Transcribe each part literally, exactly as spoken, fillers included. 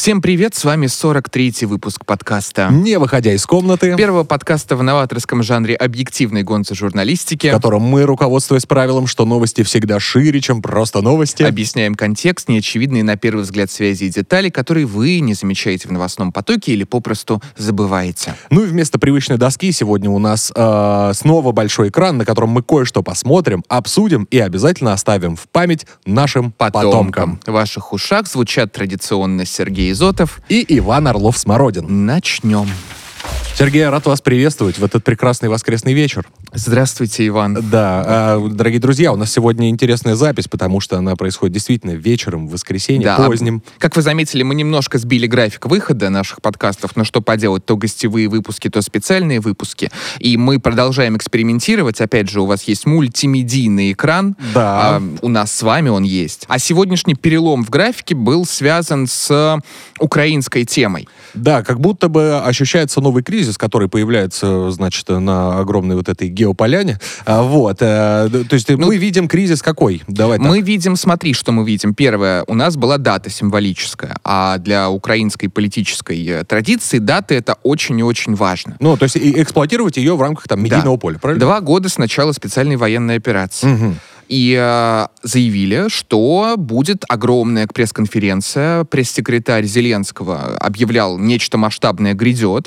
Всем привет, с вами сорок третий выпуск подкаста «Не выходя из комнаты», первого подкаста в новаторском жанре объективной гонзо журналистики, в котором мы, руководствуясь правилом, что новости всегда шире, чем просто новости, объясняем контекст, неочевидные на первый взгляд связи и детали, которые вы не замечаете в новостном потоке или попросту забываете. Ну и вместо привычной доски сегодня у нас э, снова большой экран, на котором мы кое-что посмотрим, обсудим и обязательно оставим в память нашим потомкам. Потомкам. В ваших ушах звучат традиционно Сергей Изотов и Иван Орлов-Смородин. Начнем. Сергей, я рад вас приветствовать в этот прекрасный воскресный вечер. Здравствуйте, Иван. Да, э, дорогие друзья, у нас сегодня интересная запись, потому что она происходит действительно вечером, в воскресенье, да, поздним. Как вы заметили, мы немножко сбили график выхода наших подкастов, но что поделать, то гостевые выпуски, то специальные выпуски. И мы продолжаем экспериментировать. Опять же, у вас есть мультимедийный экран. Да. А, у нас с вами он есть. А сегодняшний перелом в графике был связан с украинской темой. Да, как будто бы ощущается новый кризис, который появляется, значит, на огромной вот этой геополяне. А, вот. А, то есть ну, мы видим кризис какой? Давай мы так. видим, смотри, что мы видим. Первое, у нас была дата символическая, а для украинской политической традиции даты это очень и очень важно. Ну, то есть и эксплуатировать ее в рамках там медийного да. поля, правильно? Два года с начала специальной военной операции. Угу. И э, заявили, что будет огромная пресс-конференция. Пресс-секретарь Зеленского объявлял, нечто масштабное грядет.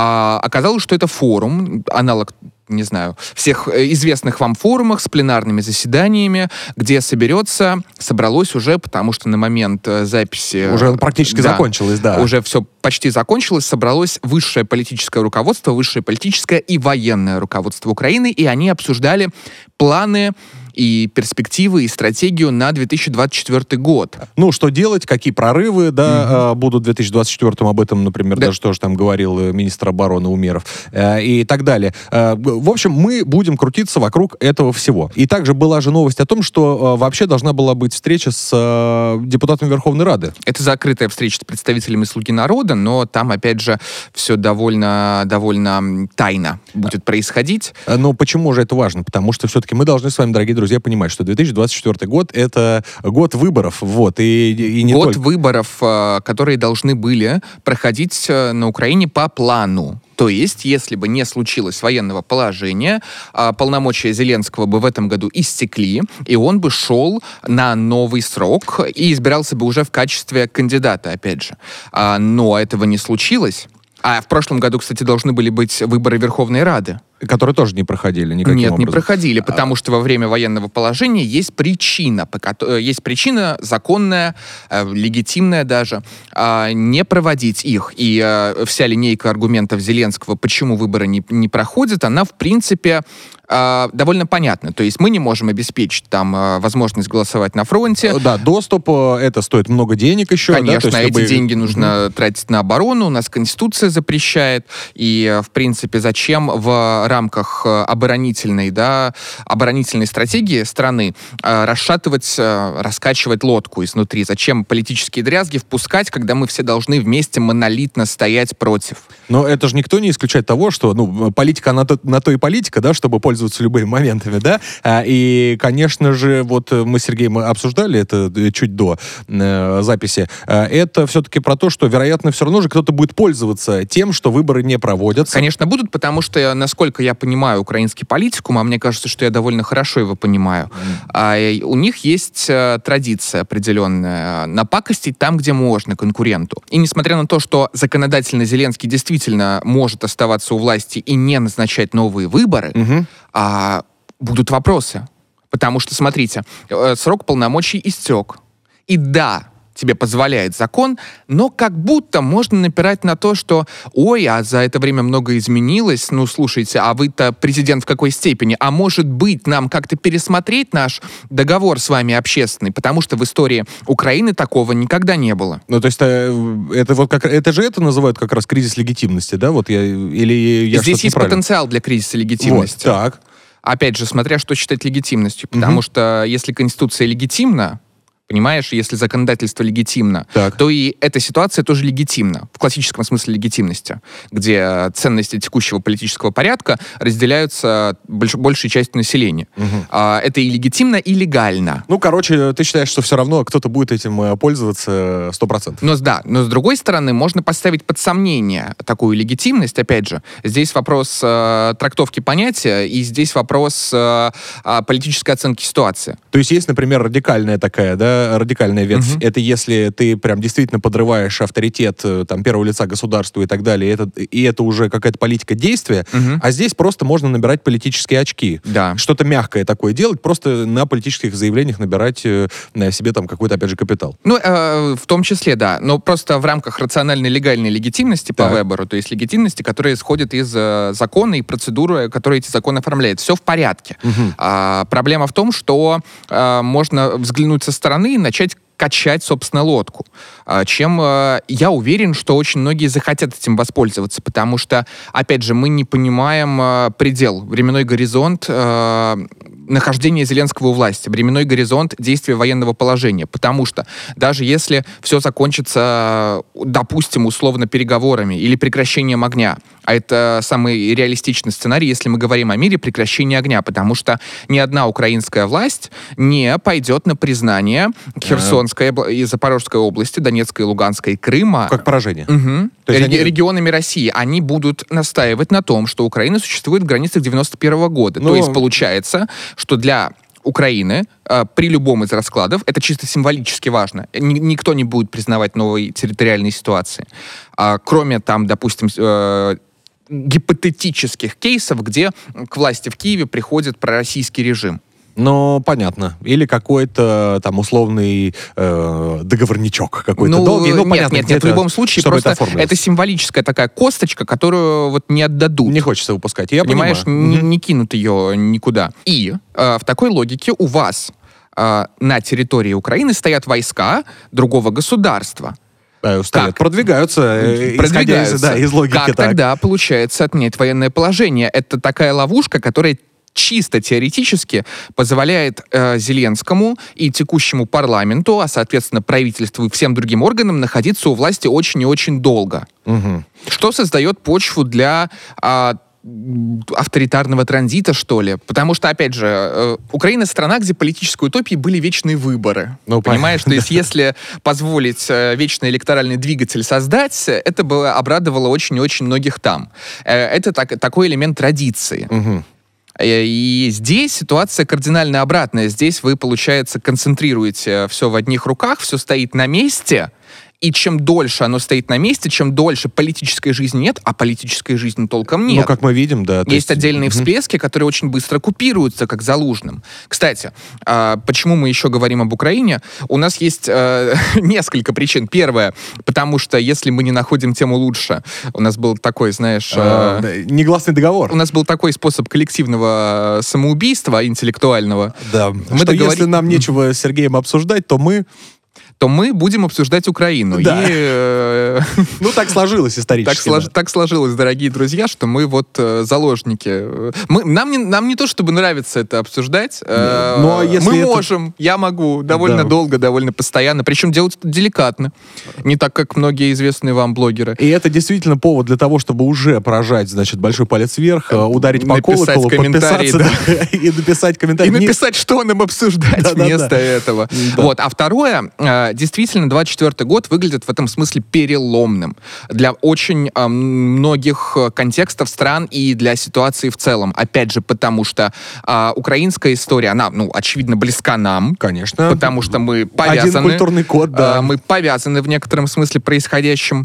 А оказалось, что это форум, аналог, не знаю, всех известных вам форумах с пленарными заседаниями, где соберется, собралось уже, потому что на момент записи... Уже практически да, закончилось, да. Уже все почти закончилось, собралось высшее политическое руководство, высшее политическое и военное руководство Украины, и они обсуждали планы и перспективы, и стратегию на две тысячи двадцать четвёртый год. Ну, что делать, какие прорывы, да, mm-hmm. будут в две тысячи двадцать четвёртом, об этом, например, да. даже тоже там говорил министр обороны Умеров, э, и так далее. Э, в общем, мы будем крутиться вокруг этого всего. И также была же новость о том, что э, вообще должна была быть встреча с э, депутатом Верховной Рады. Это закрытая встреча с представителями «Слуги народа», но там, опять же, все довольно, довольно тайно будет происходить. Но почему же это важно? Потому что все-таки мы должны с вами, дорогие друзья, понимать, что две тысячи двадцать четвёртый год — это год выборов, вот, и, и не год только... выборов, которые должны были проходить на Украине по плану. То есть, если бы не случилось военного положения, полномочия Зеленского бы в этом году истекли, и он бы шел на новый срок и избирался бы уже в качестве кандидата, опять же. Но этого не случилось. А в прошлом году, кстати, должны были быть выборы Верховной Рады. Которые тоже не проходили никаким Нет, образом. не проходили, потому что во время военного положения есть причина, есть причина законная, легитимная даже, не проводить их. И вся линейка аргументов Зеленского, почему выборы не, не проходят, она, в принципе, довольно понятна. То есть мы не можем обеспечить там возможность голосовать на фронте. Да, доступ, это стоит много денег еще. Конечно, да? То есть, эти как бы... деньги нужно mm-hmm. тратить на оборону, у нас Конституция запрещает, и, в принципе, зачем в рамках оборонительной, да, оборонительной стратегии страны э, расшатывать, э, раскачивать лодку изнутри. Зачем политические дрязги впускать, когда мы все должны вместе монолитно стоять против? Но это же никто не исключает того, что ну, политика на то, на то и политика, да, чтобы пользоваться любыми моментами, да. А, и, конечно же, вот мы с Сергеем обсуждали это чуть до э, записи. А, это все-таки про то, что, вероятно, все равно же кто-то будет пользоваться тем, что выборы не проводятся. Конечно, будут, потому что, насколько я понимаю украинский политикум, а мне кажется, что я довольно хорошо его понимаю, mm. а, у них есть а, традиция определенная напакостить там, где можно, конкуренту. И несмотря на то, что законодательно Зеленский действительно может оставаться у власти и не назначать новые выборы, mm-hmm. а, будут вопросы. Потому что, смотрите, срок полномочий истек. И да, тебе позволяет закон, но как будто можно напирать на то, что ой, а за это время многое изменилось, ну, слушайте, а вы-то президент в какой степени? А может быть, нам как-то пересмотреть наш договор с вами общественный? Потому что в истории Украины такого никогда не было. Ну, то есть это, вот как, это же это называют как раз кризис легитимности, да? Вот я, или я Здесь есть потенциал для кризиса легитимности. Вот, так. Опять же, смотря что считать легитимностью. Потому угу. что если Конституция легитимна, Понимаешь, если законодательство легитимно, так. то и эта ситуация тоже легитимна, в классическом смысле легитимности, где ценности текущего политического порядка разделяются больш- большей частью населения. Угу. А, это и легитимно, и легально. Ну, короче, ты считаешь, что все равно кто-то будет этим пользоваться сто процентов? Но, да, но с другой стороны, можно поставить под сомнение такую легитимность, опять же. Здесь вопрос э, трактовки понятия, и здесь вопрос э, э, политической оценки ситуации. То есть есть, например, радикальная такая, да, радикальная ветвь. Угу. Это если ты прям действительно подрываешь авторитет там, первого лица государства и так далее, и это, и это уже какая-то политика действия, угу. а здесь просто можно набирать политические очки. Да. Что-то мягкое такое делать, просто на политических заявлениях набирать э, себе там какой-то, опять же, капитал. Ну, э, в том числе, да. Но просто в рамках рациональной легальной легитимности по так. Веберу, то есть легитимности, которая исходит из э, закона и процедуры, которые эти законы оформляют. Все в порядке. Угу. А, проблема в том, что э, можно взглянуть со стороны и начать качать, собственно, лодку. Чем э, я уверен, что очень многие захотят этим воспользоваться, потому что, опять же, мы не понимаем э, предел, временной горизонт э, нахождения Зеленского у власти, временной горизонт действия военного положения, потому что даже если все закончится, допустим, условно переговорами или прекращением огня, а это самый реалистичный сценарий, если мы говорим о мире прекращения огня, потому что ни одна украинская власть не пойдет на признание Херсонской и Запорожской области, Донецкой, Луганской, Крыма. Как поражение. Угу. То есть Реги- они... регионами России. Они будут настаивать на том, что Украина существует в границах девяносто первого года. Ну... То есть получается, что для Украины э, при любом из раскладов, это чисто символически важно, Н- никто не будет признавать новой территориальной ситуации. А, кроме там, допустим, э, гипотетических кейсов, где к власти в Киеве приходит пророссийский режим. Ну, понятно. Или какой-то там условный э, договорничок какой-то ну, долгий. Ну, нет, понятно, нет, нет, в любом случае просто это, это символическая такая косточка, которую вот не отдадут. Не хочется выпускать, я понимаешь, понимаю. не, не кинут ее никуда. И э, в такой логике у вас э, на территории Украины стоят войска другого государства. Да, стоят, как? Продвигаются, э, Продвигаются. Из, да, из логики. Как так. тогда получается отменять военное положение? Это такая ловушка, которая чисто теоретически позволяет э, Зеленскому и текущему парламенту, а, соответственно, правительству и всем другим органам находиться у власти очень и очень долго. Угу. Что создает почву для э, авторитарного транзита, что ли? Потому что, опять же, э, Украина — страна, где политической утопией были вечные выборы. Ну, понимаешь? То есть, если позволить э, вечный электоральный двигатель создать, это бы обрадовало очень и очень многих там. Э, это так, такой элемент традиции. Угу. И здесь ситуация кардинально обратная. Здесь вы, получается, концентрируете все в одних руках, все стоит на месте, и чем дольше оно стоит на месте, чем дольше политической жизни нет, а политической жизни толком нет. Ну, как мы видим, да. Есть, есть отдельные всплески, которые очень быстро купируются, как Залужным. Кстати, почему мы еще говорим об Украине? У нас есть несколько причин. Первое, потому что если мы не находим тему лучше, у нас был такой, знаешь... А, негласный договор. У нас был такой способ коллективного самоубийства интеллектуального. Да. Мы что договор... если нам нечего с Сергеем обсуждать, то мы... то мы будем обсуждать Украину. Да. И, э, ну, так сложилось исторически. Так, слож, да. так сложилось, дорогие друзья, что мы вот э, заложники. Мы, нам, не, нам не то, чтобы нравится это обсуждать. Э, ну, а если мы это... можем, я могу, довольно да. долго, довольно постоянно. Причем делать это деликатно. Не так, как многие известные вам блогеры. И это действительно повод для того, чтобы уже поражать, значит, большой палец вверх, ударить по колоколу, подписаться да. да, и написать комментарий. И написать, что нам обсуждать да, вместо да, да. этого. Да. Вот. А второе, действительно, двадцать четвёртый год выглядит в этом смысле переломным для очень э, многих контекстов стран и для ситуации в целом. Опять же, потому что э, украинская история, она, ну, очевидно, близка нам. Конечно. Потому что мы повязаны. Один культурный код, да. Э, мы повязаны в некотором смысле происходящим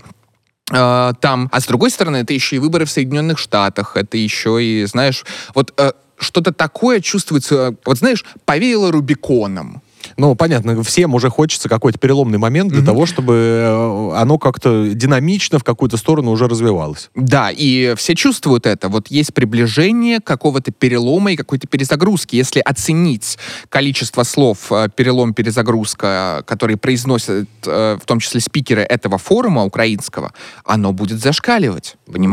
э, там. А с другой стороны, это еще и выборы в Соединенных Штатах, это еще и, знаешь, вот э, что-то такое чувствуется, вот знаешь, повеяло Рубиконом. Ну, понятно, всем уже хочется какой-то переломный момент для mm-hmm. того, чтобы оно как-то динамично в какую-то сторону уже развивалось. Да, и все чувствуют это. Вот есть приближение какого-то перелома и какой-то перезагрузки. Если оценить количество слов «перелом», «перезагрузка», которые произносят в том числе спикеры этого форума украинского, оно будет зашкаливать. Понимаешь?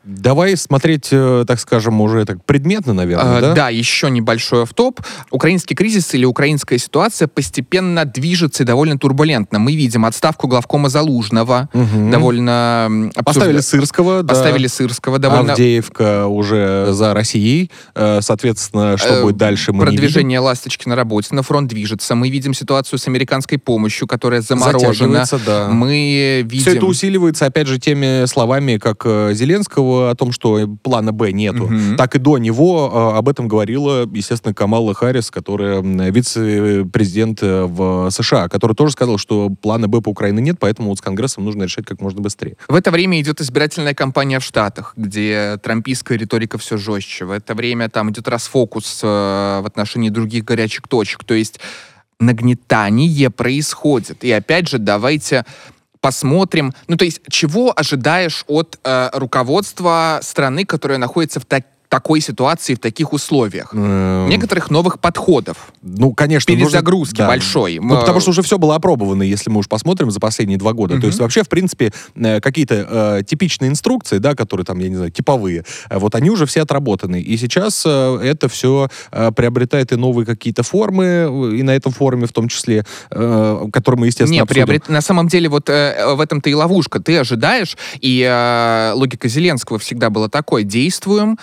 Давай смотреть, так скажем, уже так предметно, наверное, а, да? Да, еще небольшой офф-топ. Украинский кризис или украинская ситуация постепенно движется и довольно турбулентно. Мы видим отставку главкома Залужного, угу. довольно... Обсужда... Поставили Сырского. Поставили да. Сырского. Довольно... Авдеевка уже за Россией. Соответственно, что будет дальше, мы Продвижение не видим. ласточки на работе, на фронт движется. Мы видим ситуацию с американской помощью, которая заморожена. Да. Мы видим... Все это усиливается, опять же, теми словами, как Зеленского, о том, что плана Б нету. Угу. Так и до него об этом говорила, естественно, Камала Харрис, которая вице-президент в США, который тоже сказал, что плана Б по Украине нет, поэтому вот с Конгрессом нужно решать как можно быстрее. В это время идет избирательная кампания в Штатах, где трампийская риторика все жестче. В это время там идет расфокус э, в отношении других горячих точек. То есть нагнетание происходит. И опять же, давайте... посмотрим. Ну, то есть, чего ожидаешь от э, руководства страны, которая находится в так- такой ситуации, в таких условиях? Mm. Некоторых новых подходов. Ну, конечно. Перезагрузки нужно, да. большой. Ну, потому что уже все было опробовано, если мы уж посмотрим за последние два года. Mm-hmm. То есть, вообще, в принципе, какие-то э, типичные инструкции, да, которые там, я не знаю, типовые, вот они уже все отработаны. И сейчас э, это все э, приобретает и новые какие-то формы, и на этом форуме в том числе, э, которые мы, естественно, Не, обсудим. приобрет... На самом деле, вот э, в этом-то и ловушка. Ты ожидаешь, и э, логика Зеленского всегда была такой: действуем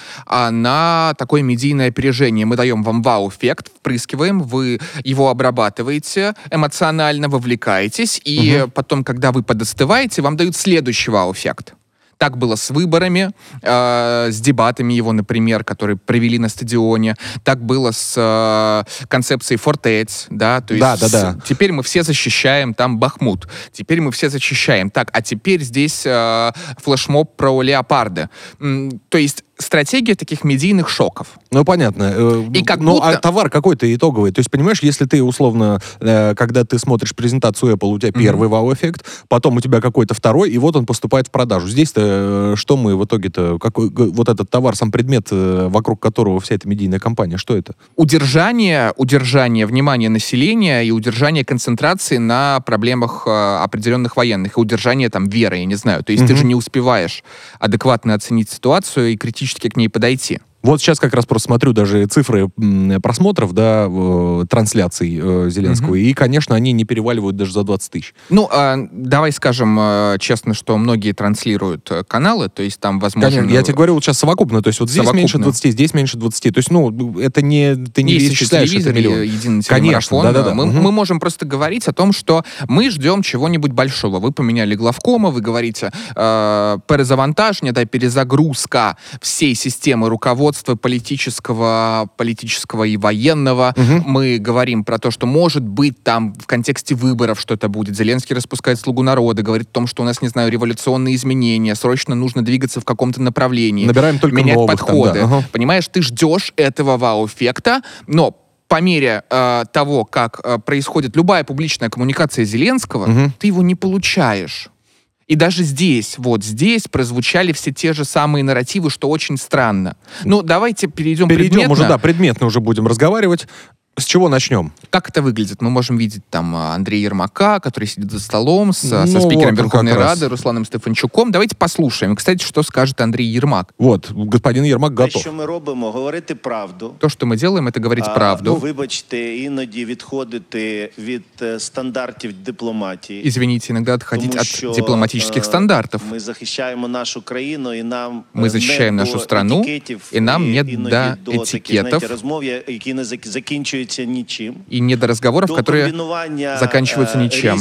на такое медийное опережение. Мы даем вам вау-эффект, впрыскиваем, вы его обрабатываете эмоционально, вовлекаетесь, и угу. потом, когда вы подостываете, вам дают следующий вау-эффект. Так было с выборами, э, с дебатами его, например, которые провели на стадионе. Так было с э, концепцией Фортец, да, то есть да, да, да. С, теперь мы все защищаем там Бахмут, теперь мы все защищаем. Так, а теперь здесь э, флешмоб про леопарды. М, то есть стратегия таких медийных шоков. Ну, понятно. И как ну, будто... а товар какой-то итоговый. То есть, понимаешь, если ты, условно, э, когда ты смотришь презентацию Apple, у тебя mm-hmm. первый вау-эффект, потом у тебя какой-то второй, и вот он поступает в продажу. Здесь-то э, что мы в итоге-то... Какой, вот этот товар, сам предмет, э, вокруг которого вся эта медийная кампания, что это? Удержание, удержание внимания населения и удержание концентрации на проблемах э, определенных военных, и удержание там веры, я не знаю. То есть mm-hmm. ты же не успеваешь адекватно оценить ситуацию и критически к ней подойти. Вот сейчас как раз просто смотрю даже цифры просмотров, да, э, трансляций э, Зеленского, mm-hmm. и, конечно, они не переваливают даже за двадцать тысяч. Ну, э, давай скажем э, честно, что многие транслируют каналы, то есть там, возможно... Конечно, я тебе говорю вот сейчас совокупно, то есть вот здесь совокупно. меньше двадцати, здесь меньше двадцати, то есть, ну, это не... Ты не есть исчисляешь телевизор, это миллион. Единый Конечно, да-да-да. Мы, угу. мы можем просто говорить о том, что мы ждем чего-нибудь большого. Вы поменяли главкома, вы говорите э, перезавантажение, да, перезагрузка всей системы руководства политического политического и военного. Угу. Мы говорим про то, что может быть там в контексте выборов что-то будет. Зеленский распускает «Слугу народа», говорит о том, что у нас, не знаю, революционные изменения, срочно нужно двигаться в каком-то направлении. Набираем только менять новых, подходы. Там, да. ага. Понимаешь, ты ждешь этого вау-эффекта, но по мере э, того, как э, происходит любая публичная коммуникация Зеленского, угу. ты его не получаешь. И даже здесь, вот здесь прозвучали все те же самые нарративы, что очень странно. Ну, давайте перейдем, перейдем предметно. уже, да, предметно уже будем разговаривать. С чего начнем? Как это выглядит? Мы можем видеть там Андрея Ермака, который сидит за столом с, ну, со спикером вот Верховной Рады Русланом Стефанчуком. Давайте послушаем. Кстати, что скажет Андрей Ермак. Вот, господин Ермак готов. Те, що ми робимо, говорити правду. То, что мы делаем, это говорить а, правду. Ну, вибачте, іноді відходити від стандартів дипломатії. Извините, иногда отходить Тому, от що, дипломатических стандартов. Мы защищаем нашу країну, и нам мы защищаем нашу страну, и нам нет до этикетов. Розмов, які не закінчуються нічим. И не до разговоров, которые заканчиваются ничем.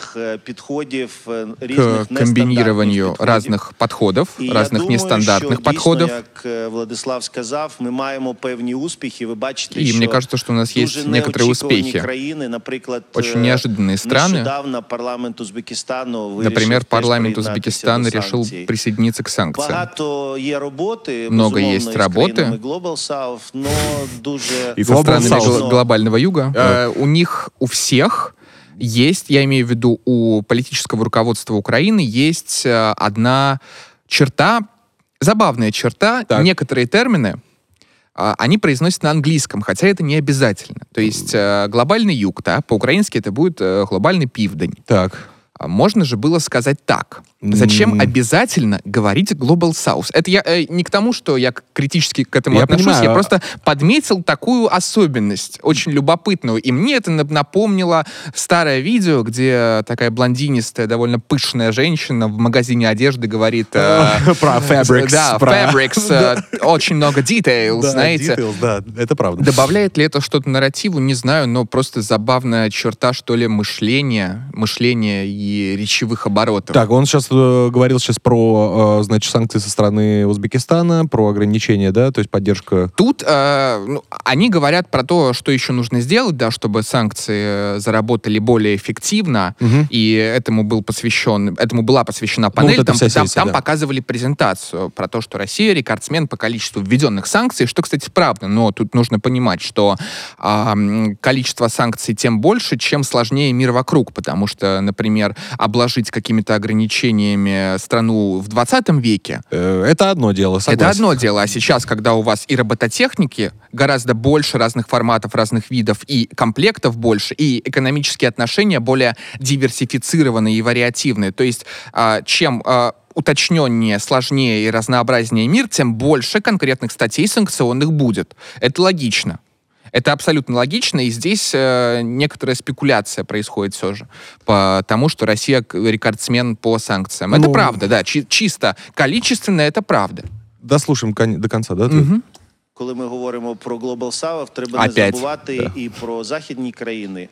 К комбинированию разных подходов, и разных думаю, нестандартных подходов. Как Владислав сказал, мы маємо певні успіхи. Ви бачите, и мне кажется, что у нас есть некоторые успехи. Країни, наприклад, очень неожиданные страны. Парламент Узбекистану например, парламент Узбекистана решил присоединиться к санкциям. Много есть работы. И со странами глобального юга. Э, у них, у всех есть, я имею в виду у политического руководства Украины, есть э, одна черта, забавная черта, так. Некоторые термины, э, они произносят на английском, хотя это не обязательно. То есть э, глобальный юг, да, по-украински это будет э, глобальный південь. Так. Можно же было сказать так. Зачем М. обязательно говорить Global South? Это я э, не к тому, что я к- критически к этому Я отношусь, понимаю. я просто подметил такую особенность, очень любопытную. И мне это нап- напомнило старое видео, где такая блондинистая, довольно пышная женщина в магазине одежды говорит... э, Про fabrics. Да, про- fabrics, э, очень много details, Да, знаете. details, да, это правда. Добавляет ли это что-то нарративу, не знаю, но просто забавная черта, что ли, мышления, мышления и речевых оборотов. Так, он сейчас э, говорил сейчас про, э, значит, санкции со стороны Узбекистана, про ограничения, да, то есть поддержка. Тут э, ну, они говорят про то, что еще нужно сделать, да, чтобы санкции э, заработали более эффективно, Мгм. и этому был посвящен, этому была посвящена Ну, панель, вот эта там, вся там- сессия, там да. показывали презентацию про то, что Россия рекордсмен по количеству введенных санкций, что, кстати, правда, но тут нужно понимать, что а, м, количество санкций тем больше, чем сложнее мир вокруг, потому что, например, обложить какими-то ограничениями страну в двадцатом веке, Э, это одно дело, согласен. это одно дело, а сейчас, когда у вас и робототехники гораздо больше разных форматов, разных видов, и комплектов больше, и экономические отношения более диверсифицированные и вариативные, то есть а, чем а, уточненнее, сложнее и разнообразнее мир, тем больше конкретных статей санкционных будет. Это логично. Это абсолютно логично, и здесь э, некоторая спекуляция происходит все же, потому что Россия к- рекордсмен по санкциям. Это Ну, правда, да, чи- чисто количественно это правда. Дослушаем кон- до конца, да? ты? Мгм. Коли ми говоримо про Global South, треба Опять. не забувати Да. і про західні країни.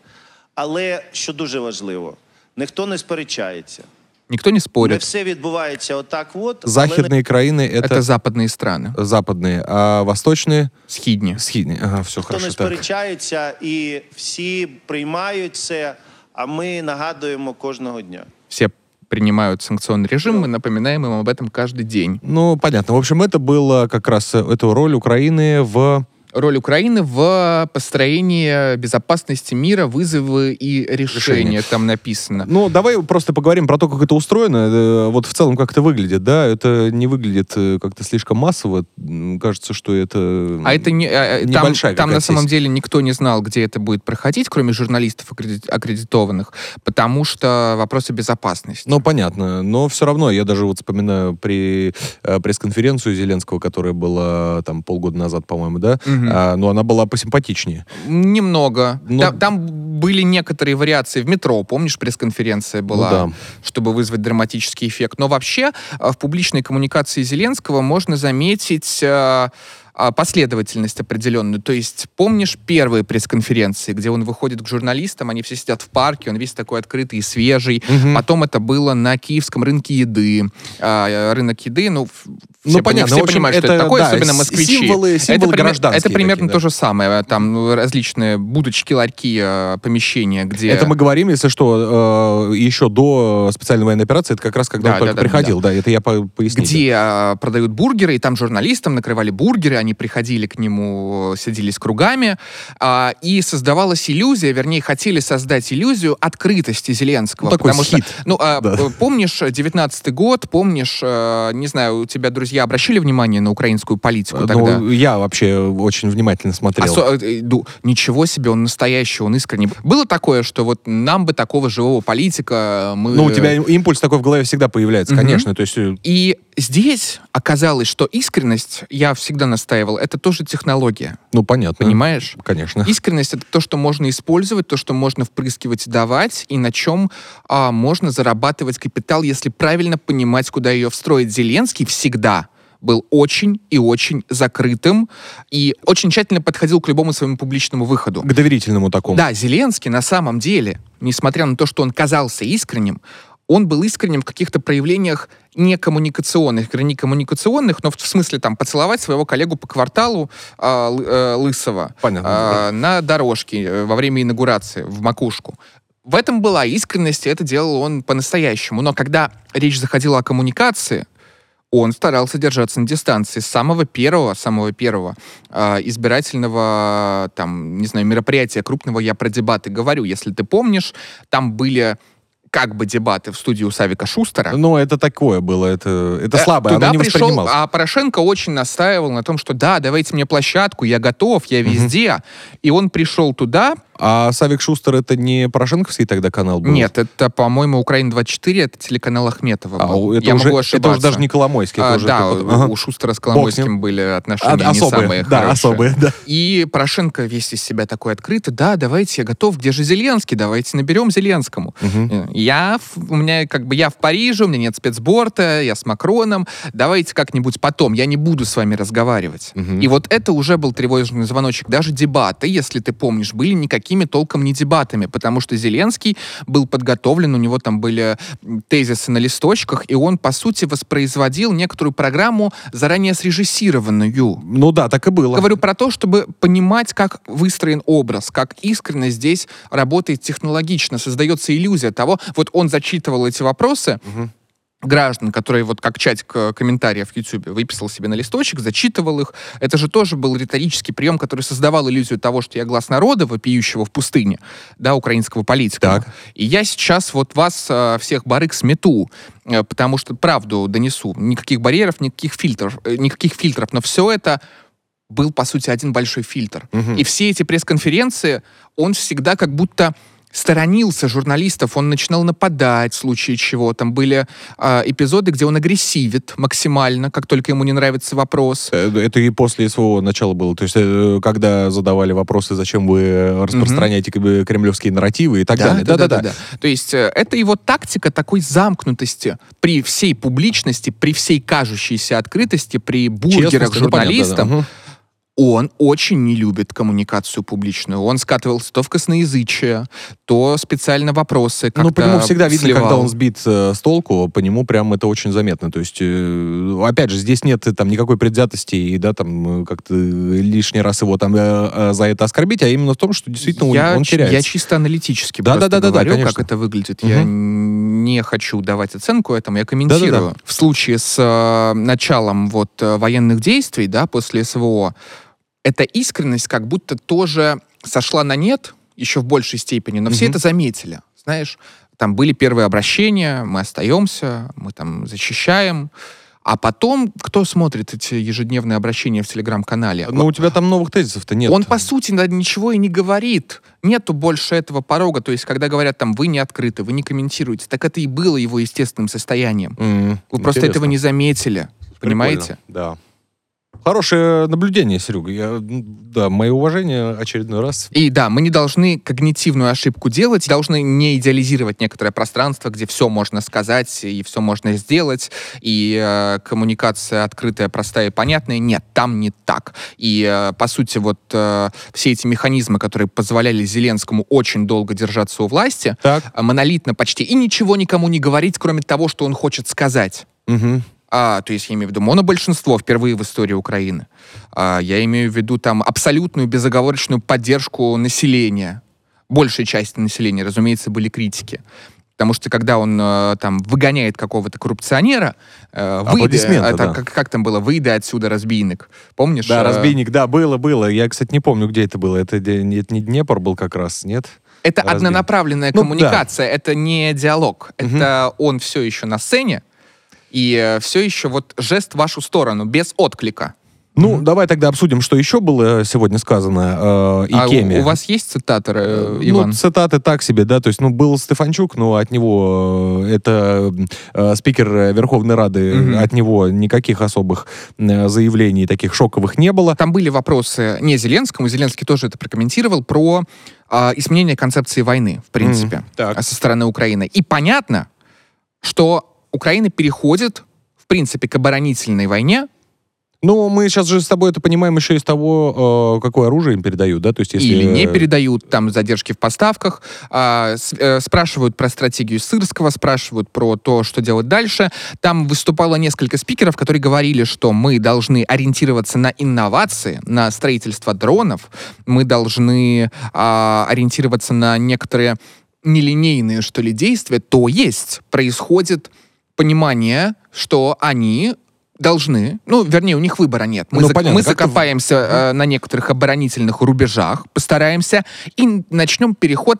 Але що дуже важливо, ніхто не сперечається. Никто не Не спорит. все відбувається отак от. але Західные країни — Это это западные страны. западные, а восточные — Схидни. східні. Ага, все ніхто не хорошо. Так. сперечається і всі приймають це, а ми нагадуємо кожного дня. Все принимают санкционный режим, мы напоминаем им об этом каждый день. Ну, понятно. В общем, это было как раз э, эту роль Украины в... Роль Украины в построении безопасности мира, вызовы и решения, Решения. там написано. Ну, давай просто поговорим про то, как это устроено. Э, Вот в целом, как это выглядит, да? Это не выглядит э, как-то слишком массово. М, Кажется, что это... А это не, а, а, там, Небольшая там на какая-то самом сессия. деле никто не знал, где это будет проходить, кроме журналистов аккреди- аккредитованных, потому что вопросы безопасности. Ну, понятно. Но все равно, я даже вот вспоминаю при э, пресс-конференцию Зеленского, которая была там полгода назад, по-моему, да? Мгм. А, ну, она была посимпатичнее. Немного. Ну- Там, там были некоторые вариации в метро, помнишь, пресс-конференция была, Ну да. чтобы вызвать драматический эффект. Но вообще э, в публичной коммуникации Зеленского можно заметить э, а, последовательность определенную. То есть помнишь первые пресс-конференции, где он выходит к журналистам, они все сидят в парке, он весь такой открытый и свежий. Мгм. Потом это было на Киевском рынке еды. А, рынок еды, ну, в- все, Ну, пони- понятно. все В общем, понимают, что это, это такое, да, особенно с- москвичи. символы- это, символы пример- гражданские это примерно такие, да. то же самое. Там ну, различные будочки, ларьки, э, помещения, где... Это мы говорим, если что, э, еще до специальной военной операции, это как раз когда Да, он только да, да, приходил. Да. это я по- пояснил. где а, продают бургеры, и там журналистам накрывали бургеры, они приходили к нему, садились кругами, а, и создавалась иллюзия, вернее, хотели создать иллюзию открытости Зеленского. Ну, такой потому хит. что, ну, а, Да. п- помнишь, девятнадцатый год, помнишь, а, не знаю, у тебя друзья обращали внимание на украинскую политику тогда? Ну, я вообще очень внимательно смотрел. Осо- э, ду- ничего себе, он настоящий, он искренний. Было такое, что вот нам бы такого живого политика мы... Ну, у тебя им- импульс такой в голове всегда появляется, Мгм. конечно. То есть, э, И здесь оказалось, что искренность, я всегда настаивал, это тоже технология, ну, понятно. понимаешь? Конечно. Искренность — это то, что можно использовать, то, что можно впрыскивать и давать, и на чем а, можно зарабатывать капитал, если правильно понимать, куда ее встроить. Зеленский всегда был очень и очень закрытым и очень тщательно подходил к любому своему публичному выходу. К доверительному такому. Да, Зеленский на самом деле, несмотря на то, что он казался искренним, он был искренним в каких-то проявлениях некоммуникационных, говорю, не коммуникационных, но в, в смысле там поцеловать своего коллегу по кварталу а, Лы- э, Лысого Понятно. а, на дорожке э, во время инаугурации в макушку. В этом была искренность, и это делал он по-настоящему. Но когда речь заходила о коммуникации, он старался держаться на дистанции с самого первого, самого первого э, избирательного, там, не знаю, мероприятия крупного. Я про дебаты говорю. Если ты помнишь, там были как бы дебаты в студии у Савика Шустера. Ну, это такое было, это, это Э, слабое, Туда оно не пришел, воспринималось. а Порошенко очень настаивал на том, что да, давайте мне площадку, я готов, я везде. И он пришел туда, А Савик Шустер — это не порошенковский тогда канал был? Нет, это, по-моему, Украина-двадцать четыре, это телеканал Ахметова был. А, это Я уже, могу ошибаться. Это уже даже не Коломойский. Это А, уже да, такой, у, ага. у Шустера с Коломойским были отношения а, не особые, самые да, хорошие. особые, да. И Порошенко весь из себя такой открытый. Да, давайте, я готов. Где же Зеленский? Давайте наберем Зеленскому. Угу. Я, у меня как бы я в Париже, у меня нет спецборта, я с Макроном. Давайте как-нибудь потом. Я не буду с вами разговаривать. Угу. И вот это уже был тревожный звоночек. Даже дебаты, если ты помнишь, были никакими толком не дебатами, потому что Зеленский был подготовлен, у него там были тезисы на листочках, и он, по сути, воспроизводил некоторую программу, заранее срежиссированную. Ну да, так и было. Говорю про то, чтобы понимать, как выстроен образ, как искренне здесь работает технологично, создается иллюзия того, вот он зачитывал эти вопросы, Угу. граждан, которые вот как чатик комментариев в Ютубе выписал себе на листочек, зачитывал их. Это же тоже был риторический прием, который создавал иллюзию того, что я глаз народа, вопиющего в пустыне, да, украинского политика. Так. И я сейчас вот вас э, всех барыг смету, э, потому что правду донесу. Никаких барьеров, никаких фильтров, э, никаких фильтров, но все это был, по сути, один большой фильтр. Угу. И все эти пресс-конференции, он всегда как будто сторонился журналистов, он начинал нападать в случае чего. Там были э, эпизоды, где он агрессивит максимально, как только ему не нравится вопрос. Это и после СВО начало было. То есть, э, когда задавали вопросы, зачем вы распространяете mm-hmm. кремлевские нарративы и так да, далее. Да, да, Да-да-да. да, да. То есть, э, это его тактика такой замкнутости при всей публичности, при всей кажущейся открытости, при бургерах Честности, журналистам. Ну, понятно, да. Он очень не любит коммуникацию публичную. Он скатывался то в косноязычие, то специально вопросы как-то Ну, по нему всегда видно, сливал. когда он сбит э, с толку, по нему прям это очень заметно. То есть, э, опять же, здесь нет э, там никакой предвзятости и, да, там, э, как-то лишний раз его там э, э, за это оскорбить, а именно в том, что действительно я, он, он теряется. Я чисто аналитически да, просто да, да, говорю, да, да, как это выглядит. Угу. Я не хочу давать оценку этому, я комментирую. Да-да-да. В случае с э, началом вот, э, военных действий, да, после СВО, эта искренность как будто тоже сошла на нет еще в большей степени, но все Мгм. это заметили. Знаешь, там были первые обращения, мы остаемся, мы там защищаем. А потом, кто смотрит эти ежедневные обращения в Телеграм-канале? Но у тебя там новых тезисов-то нет. Он, по сути, да, ничего и не говорит. Нету больше этого порога. То есть, когда говорят, там, вы не открыты, вы не комментируете, так это и было его естественным состоянием. М, Вы просто интересно. этого не заметили. Понимаете? Прикольно, да. Хорошее наблюдение, Серега. Я, да, мои уважения очередной раз. И да, мы не должны когнитивную ошибку делать, должны не идеализировать некоторое пространство, где все можно сказать и все можно сделать, и э, коммуникация открытая, простая и понятная. Нет, там не так. И, э, по сути, вот э, все эти механизмы, которые позволяли Зеленскому очень долго держаться у власти, Так. э, монолитно почти, и ничего никому не говорить, кроме того, что он хочет сказать. Угу. А, то есть я имею в виду монобольшинство впервые в истории Украины. А, я имею в виду там абсолютную безоговорочную поддержку населения. Большей части населения, разумеется, были критики. Потому что когда он э, там выгоняет какого-то коррупционера, э, выйди, Аплодисменты, это, да. как, как там было, выйди отсюда, разбийник. Помнишь? Да, Э, разбийник, да, было, было. Я, кстати, не помню, где это было. Это, де- не- это не Днепр был как раз, нет? Это разбийник. однонаправленная Ну, коммуникация, это не диалог. Это он все еще на сцене, и э, все еще вот жест в вашу сторону, без отклика. Ну, mm-hmm. давай тогда обсудим, что еще было сегодня сказано э, А Икеме. у, у вас есть цитаты, э, Ну, Иван? цитаты так себе, да, то есть, ну, был Стефанчук, но от него, э, это э, спикер Верховной Рады, Мгм. от него никаких особых э, заявлений таких шоковых не было. Там были вопросы не Зеленскому, Зеленский тоже это прокомментировал, про э, изменение концепции войны, в принципе, Мгм. Так. со стороны Украины. И понятно, что Украина переходит, в принципе, к оборонительной войне, Ну, мы сейчас же с тобой это понимаем еще из того, э, какое оружие им передают, да, то есть если... или не передают, там задержки в поставках, а, с- э, спрашивают про стратегию Сырского, спрашивают про то, что делать дальше. Там выступало несколько спикеров, которые говорили, что мы должны ориентироваться на инновации, на строительство дронов, мы должны а, ориентироваться на некоторые нелинейные, что ли, действия, то есть происходит понимание, что они должны, ну, вернее, у них выбора нет. Мы, Ну, зак- понятно, мы как-то в- закопаемся э, на некоторых оборонительных рубежах, постараемся и начнем переход к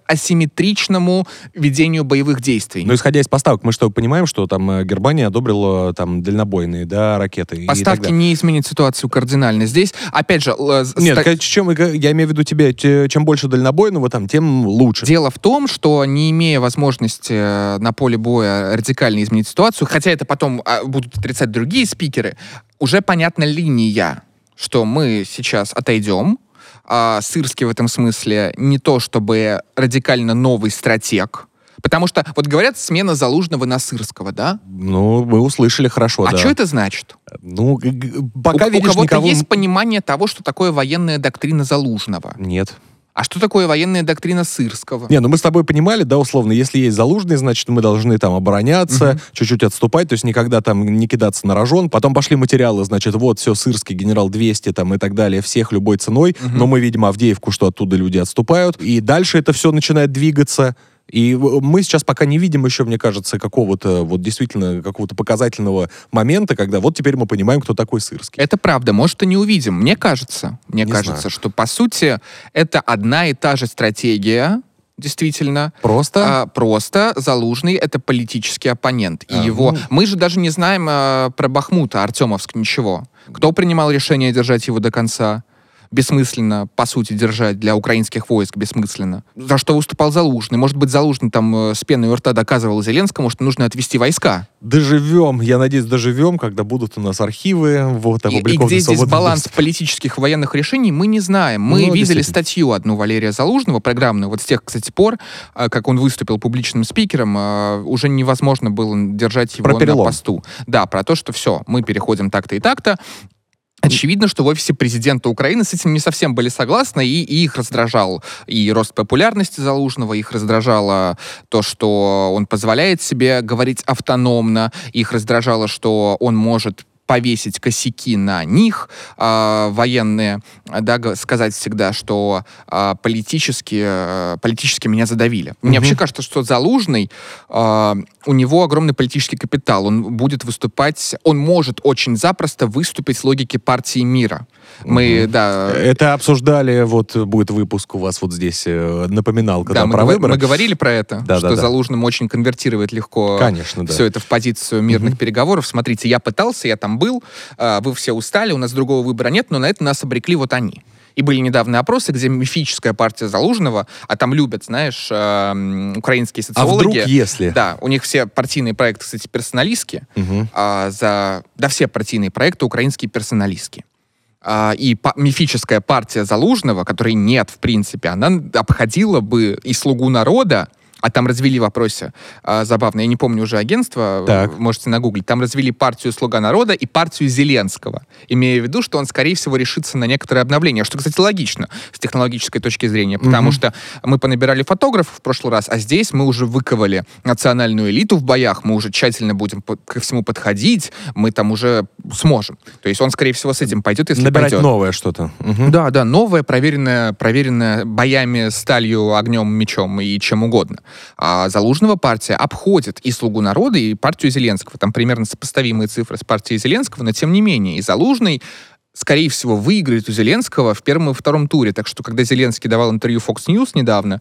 асимметричному ведению боевых действий. Но исходя из поставок, мы что, понимаем, что там э, Германия одобрила там дальнобойные, да, ракеты? Поставки не изменят ситуацию кардинально. Здесь, опять же... Э, Нет, ста... чем, я имею в виду тебе, чем больше дальнобойного, там, тем лучше. Дело в том, что не имея возможности на поле боя радикально изменить ситуацию, хотя это потом а, будут отрицать другие спикеры, уже понятна линия, что мы сейчас отойдем. А Сырский в этом смысле не то чтобы радикально новый стратег, потому что, вот говорят, смена Залужного на Сырского, да? Ну, мы услышали хорошо, а да. что это значит? Ну, пока у, видишь, у кого-то никого... есть понимание того, что такое военная доктрина Залужного? Нет. А что такое военная доктрина Сырского? Не, ну мы с тобой понимали, да, условно, если есть Залужный, значит, мы должны там обороняться, угу. чуть-чуть отступать, то есть никогда там не кидаться на рожон. Потом пошли материалы, значит, вот, все, Сырский, генерал двести там и так далее, всех любой ценой. Угу. Но мы видим Авдеевку, что оттуда люди отступают. И дальше это все начинает двигаться. И мы сейчас пока не видим еще, мне кажется, какого-то вот действительно какого-то показательного момента, когда вот теперь мы понимаем, кто такой Сырский. Это правда, может, и не увидим. Мне кажется, мне не кажется, знаю. что по сути это одна и та же стратегия, действительно. Просто? А, просто Залужный — это политический оппонент. И а, его... Ну... Мы же даже не знаем а, про Бахмута, Артемовск, ничего. Кто принимал решение держать его до конца? Бессмысленно, по сути, держать для украинских войск, бессмысленно. За что выступал Залужный? Может быть, Залужный там э, с пеной у рта доказывал Зеленскому, что нужно отвести войска. Доживем, я надеюсь, доживем, когда будут у нас архивы, вот, и, и где здесь баланс политических и военных решений, мы не знаем. Мы ну, видели статью одну Валерия Залужного, программную, вот с тех, кстати, пор, э, как он выступил публичным спикером, э, уже невозможно было держать его на посту. Да, про то, что все, мы переходим так-то и так-то. Очевидно, что в офисе президента Украины с этим не совсем были согласны, и, и их раздражал и рост популярности Залужного, их раздражало то, что он позволяет себе говорить автономно, их раздражало, что он может повесить косяки на них, э, военные, да, сказать всегда, что э, политически, э, политически меня задавили. Mm-hmm. Мне вообще кажется, что Залужный, э, у него огромный политический капитал, он будет выступать, он может очень запросто выступить с логики партии мира. Мы, mm-hmm. да... Это обсуждали, вот будет выпуск у вас вот здесь, э, напоминал, когда да, про мы, выборы. мы говорили про это, да, что да, да. Залужным очень конвертировать легко. Конечно, да. Все это в позицию мирных mm-hmm. переговоров. Смотрите, я пытался, я там был, вы все устали, у нас другого выбора нет, но на это нас обрекли вот они. И были недавно опросы, где мифическая партия Залужного, а там любят, знаешь, э, украинские социологи. А вдруг если? Да, у них все партийные проекты, кстати, персоналистские. Угу. А, за, да, все партийные проекты украинские персоналистские. А, и по, мифическая партия Залужного, которой нет, в принципе, она обходила бы и «Слугу народа», а там развели в вопросе, а, забавно, я не помню уже агентство, так. можете нагуглить, там развели партию «Слуга народа» и партию Зеленского, имея в виду, что он, скорее всего, решится на некоторые обновления, что, кстати, логично с технологической точки зрения, потому mm-hmm. что мы понабирали фотографов в прошлый раз, а здесь мы уже выковали национальную элиту в боях, мы уже тщательно будем по- ко всему подходить, мы там уже сможем. То есть он, скорее всего, с этим пойдет, если Набирать пойдет. новое что-то. Mm-hmm. Да, да, новое, проверенное, проверенное боями, сталью, огнем, мечом и чем угодно. А Залужного партия обходит и «Слугу народа», и партию Зеленского. Там примерно сопоставимые цифры с партией Зеленского, но тем не менее. И Залужный, скорее всего, выиграет у Зеленского в первом и втором туре. Так что, когда Зеленский давал интервью Fox News недавно,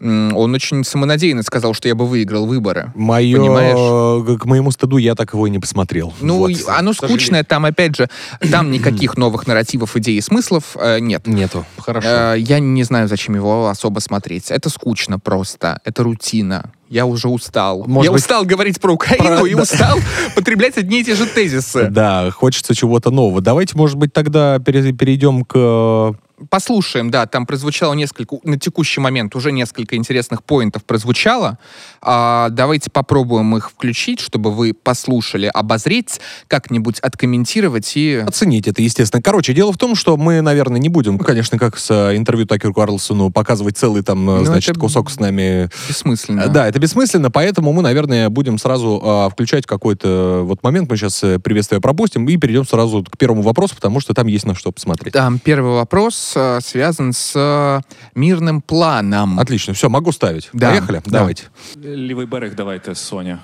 он очень самонадеянно сказал, что я бы выиграл выборы. Мое... Понимаешь? К моему стыду я так его и не посмотрел. Ну, вот, оно скучное, там, опять же, там никаких новых нарративов, идей и смыслов э, нет. Нету. Хорошо. Э, я не знаю, зачем его особо смотреть. Это скучно просто. Это рутина. Я уже устал. Может я быть, устал говорить про Украину про... и да. устал потреблять одни и те же тезисы. Да, хочется чего-то нового. Давайте, может быть, тогда перейдем к... Послушаем, да, там прозвучало несколько, на текущий момент уже несколько интересных поинтов прозвучало. А, давайте попробуем их включить, чтобы вы послушали, обозреть, как-нибудь откомментировать и... Оценить это, естественно. Короче, дело в том, что мы, наверное, не будем, конечно, как с интервью Такеру Карлсону, показывать целый там, ну, значит, кусок с нами. Бессмысленно. Да, это бессмысленно, поэтому мы, наверное, будем сразу а, включать какой-то вот момент, мы сейчас приветствие пропустим и перейдем сразу к первому вопросу, потому что там есть на что посмотреть. Там первый вопрос связан с мирным планом. Отлично, все, могу ставить. Да. Поехали? Да. Давайте. Лівий берег давайте, Соня.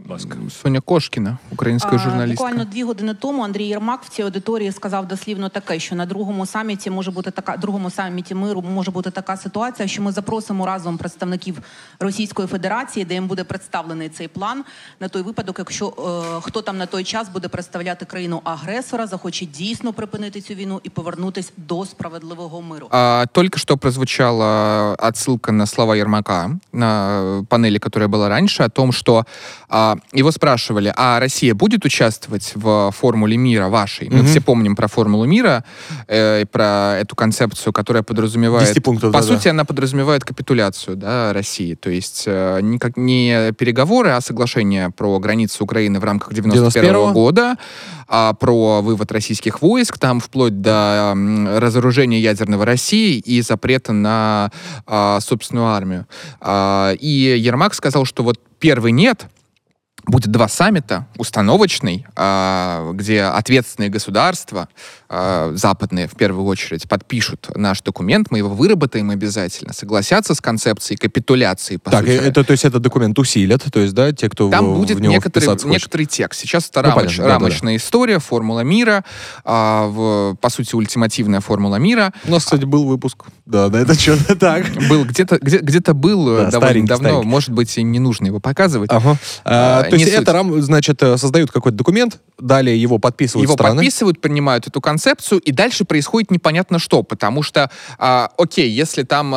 Соня Кошкіна, українська журналістка. Буквально дві години тому Андрій Єрмак в цій аудиторії сказав дослівно таке, що на другому саміті може бути така, другому саміті миру може бути така ситуація, що ми запросимо разом представників Російської Федерації, де їм буде представлений цей план, на той випадок, якщо е, хто там на той час буде представляти країну-агресора, захоче дійсно припинити цю війну и повернутись до справедливого миру. А, только что прозвучала отсылка на слова Ермака на панели, которая была раньше, о том, что а, его спрашивали, а Россия будет участвовать в формуле мира вашей? Мы mm-hmm. все помним про формулу мира, э, про эту концепцию, которая подразумевает... десять пунктов, по да, сути, да. она подразумевает капитуляцию, да, России. То есть э, не, как, не переговоры, а соглашение про границы Украины в рамках девяносто первого года, а про вывод российских войск, там вплоть до э, разоружения ядерного России и запрета на э, собственную армию. Э, и Ермак сказал, что вот первый нет, будет два саммита, установочный, э, где ответственные государства, э, западные в первую очередь, подпишут наш документ, мы его выработаем обязательно, согласятся с концепцией капитуляции, по так, сути. это, то есть этот документ усилят, то есть, да, те, кто Там в, будет в него некоторый, вписаться хочет. некоторый текст. Сейчас это ну, рамоч, понятно, рамочная да, да, история, формула мира, а, в, по сути, ультимативная формула мира. У нас, кстати, был выпуск. Да, да, это что-то так. Был где-то, где, где-то был Да, довольно старенький, давно, старенький. может быть, и не нужно его показывать. Ага. А, А, то есть не это, суть. рам, значит, создают какой-то документ, далее его подписывают Его страны. подписывают, принимают эту концепцию, и дальше происходит непонятно что, потому что, а, окей, если там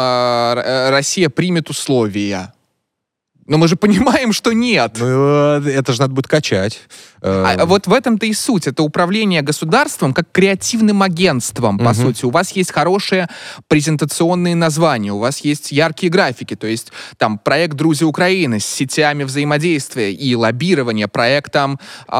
а, Россия примет условия, но мы же понимаем, что нет. Ну, это же надо будет качать. А вот в этом-то и суть. Это управление государством как креативным агентством, по Мгм. сути. У вас есть хорошие презентационные названия, у вас есть яркие графики, то есть там проект «Друзья Украины» с сетями взаимодействия и лоббирования, проект там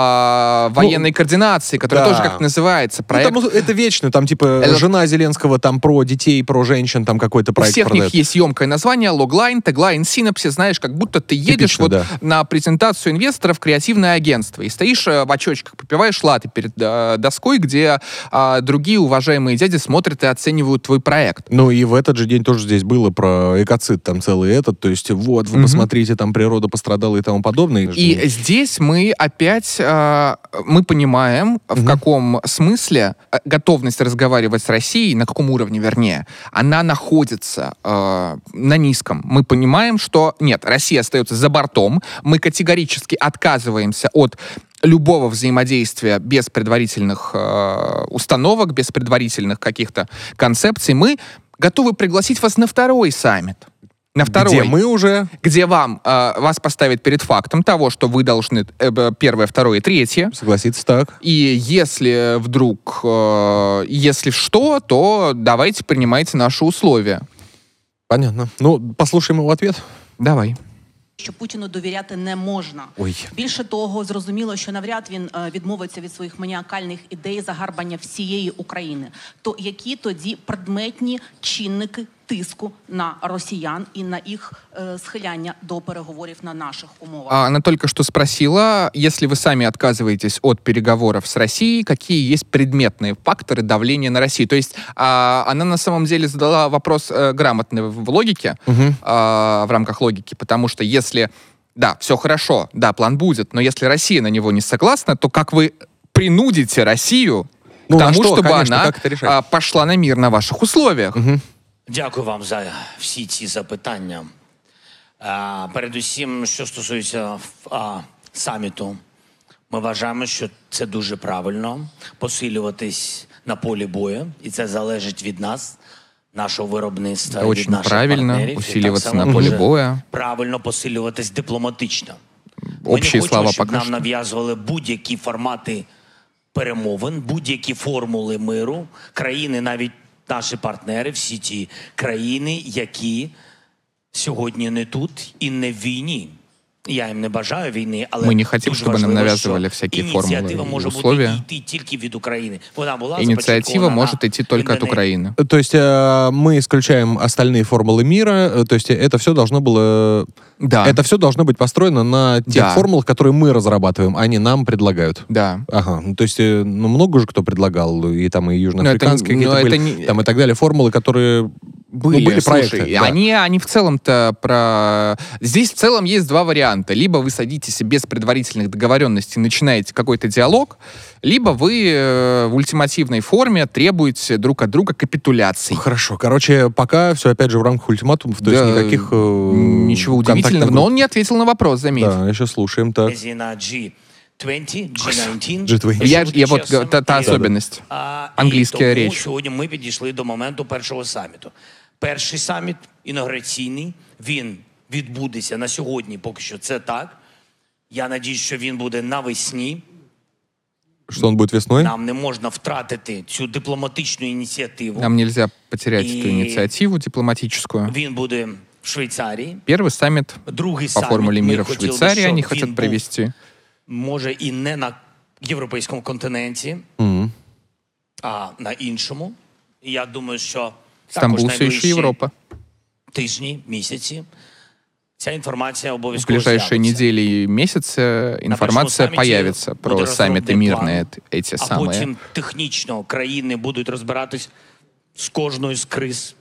а, военной координации, который да. тоже как называется. Ну, Проект... там, это вечно, там типа Это- жена Зеленского, там про детей, про женщин, там какой-то У проект всех продает. них есть емкое название, логлайн, теглайн, синапсис, знаешь, как будто ты едешь Типично, вот да. на презентацию инвесторов креативное агентство и стоишь э, в очочках, попиваешь латте перед э, доской, где э, другие уважаемые дяди смотрят и оценивают твой проект. Ну и в этот же день тоже здесь было про экоцид, там целый этот, то есть вот, вы Мгм. посмотрите, там природа пострадала и тому подобное. И здесь мы опять э, мы понимаем, в Мгм. каком смысле э, готовность разговаривать с Россией, на каком уровне, вернее, она находится э, на низком. Мы понимаем, что нет, Россия остается за бортом, мы категорически отказываемся от любого взаимодействия без предварительных э, установок, без предварительных каких-то концепций. Мы готовы пригласить вас на второй саммит. На второй. Где мы уже... Где вам, э, вас поставят перед фактом того, что вы должны э, б- первое, второе, третье. Согласиться так. И если вдруг, э, если что, то давайте принимайте наши условия. Понятно. Ну, послушаем его ответ. Давай. Що Путіну довіряти не можна. Ой. Більше того, зрозуміло, що навряд він е, відмовиться від своїх маніакальних ідей загарбання всієї України. То які тоді предметні чинники тиску на росіян і на їх е, схиляння до переговорів на наших умовах? А, Она только что спросила, если вы сами отказываетесь от переговоров с Россией, какие есть предметные факторы давления на Россию? То есть а, она на самом деле задала вопрос э, грамотный в в логике, Мгм. а, в рамках логики, потому что если, да, все хорошо, да, план будет, но если Россия на него не согласна, то как вы принудите Россию Ну, к на тому, что, чтобы конечно, она как это решать? а, пошла на мир на ваших условиях? Мгм. Дякую вам за всі ці запитання. А, передусім, що стосується а, саміту, ми вважаємо, що це дуже правильно посилюватись на полі бою, і це залежить від нас, нашого виробництва, Це від очень наших правильно, партнерів. І усилюватися так само на полі дуже бою. правильно посилюватись дипломатично. Ми Общие не хочемо, слова щоб пока нам что. нав'язували будь-які формати перемовин, будь-які формули миру, країни, навіть наші партнери, всі ті країни, які сьогодні не тут і не в війні. Я їм не бажаю війни, але Ми не хотим, дуже щоб нам важливо, нав'язували що всякі ініціатива формули і може условия. бути йти тільки від України. Вона була Инициатива започаткована может на идти только от ін ен е. Украины. То есть э, мы исключаем остальные формулы мира, э, то есть это все должно было... Да. Это все должно быть построено на тех Да. формулах, которые мы разрабатываем, а не нам предлагают. Да. Ага, ну, то есть, э, ну, много же кто предлагал, и там и южноафриканские Но это- какие-то но были, это не- там и так далее, формулы, которые Были, Ну, были слушай, проекты, да. они, они в целом-то про... Здесь в целом есть два варианта. Либо вы садитесь и без предварительных договоренностей начинаете какой-то диалог, либо вы э, в ультимативной форме требуете друг от друга капитуляции. Хорошо. Короче, пока все опять же в рамках ультиматумов, то есть Да, никаких э, Ничего удивительного, контактных но групп. он не ответил на вопрос, заметь. Да, еще слушаем, так. Лезі на джі двадцять, джі дев'ятнадцять. джі двадцять. Я, Якщо я бути вот чесним, та, та і- особенность. А, Англійська і тому річ. сьогодні ми підійшли до моменту першого саміту. Перший саміт інаугураційний, він відбудеться на сьогодні, поки що це так. Я надіюсь, що він буде навесні. Что он будет весной? Нам не можна втратити цю дипломатичну ініціативу. Нам нельзя потерять И- эту инициативу дипломатическую. Він буде в Швейцарії. Первый саммит Другий по саміт формуле ми мира в хотіли би, Швейцарии щоб они він хотят був, провести. може, і не на європейському континенті, Мгм. а на іншому. І я думаю, що Стамбул також все еще найближчі Европа. тижні, місяці ця інформація В обов'язково ближайшие з'явиться. недели и месяцы На информация першому саміті появится буде про саммиты розроблений мирные, план, эт- эти а самые. потім технічно країни будуть розбиратись з кожною з криз,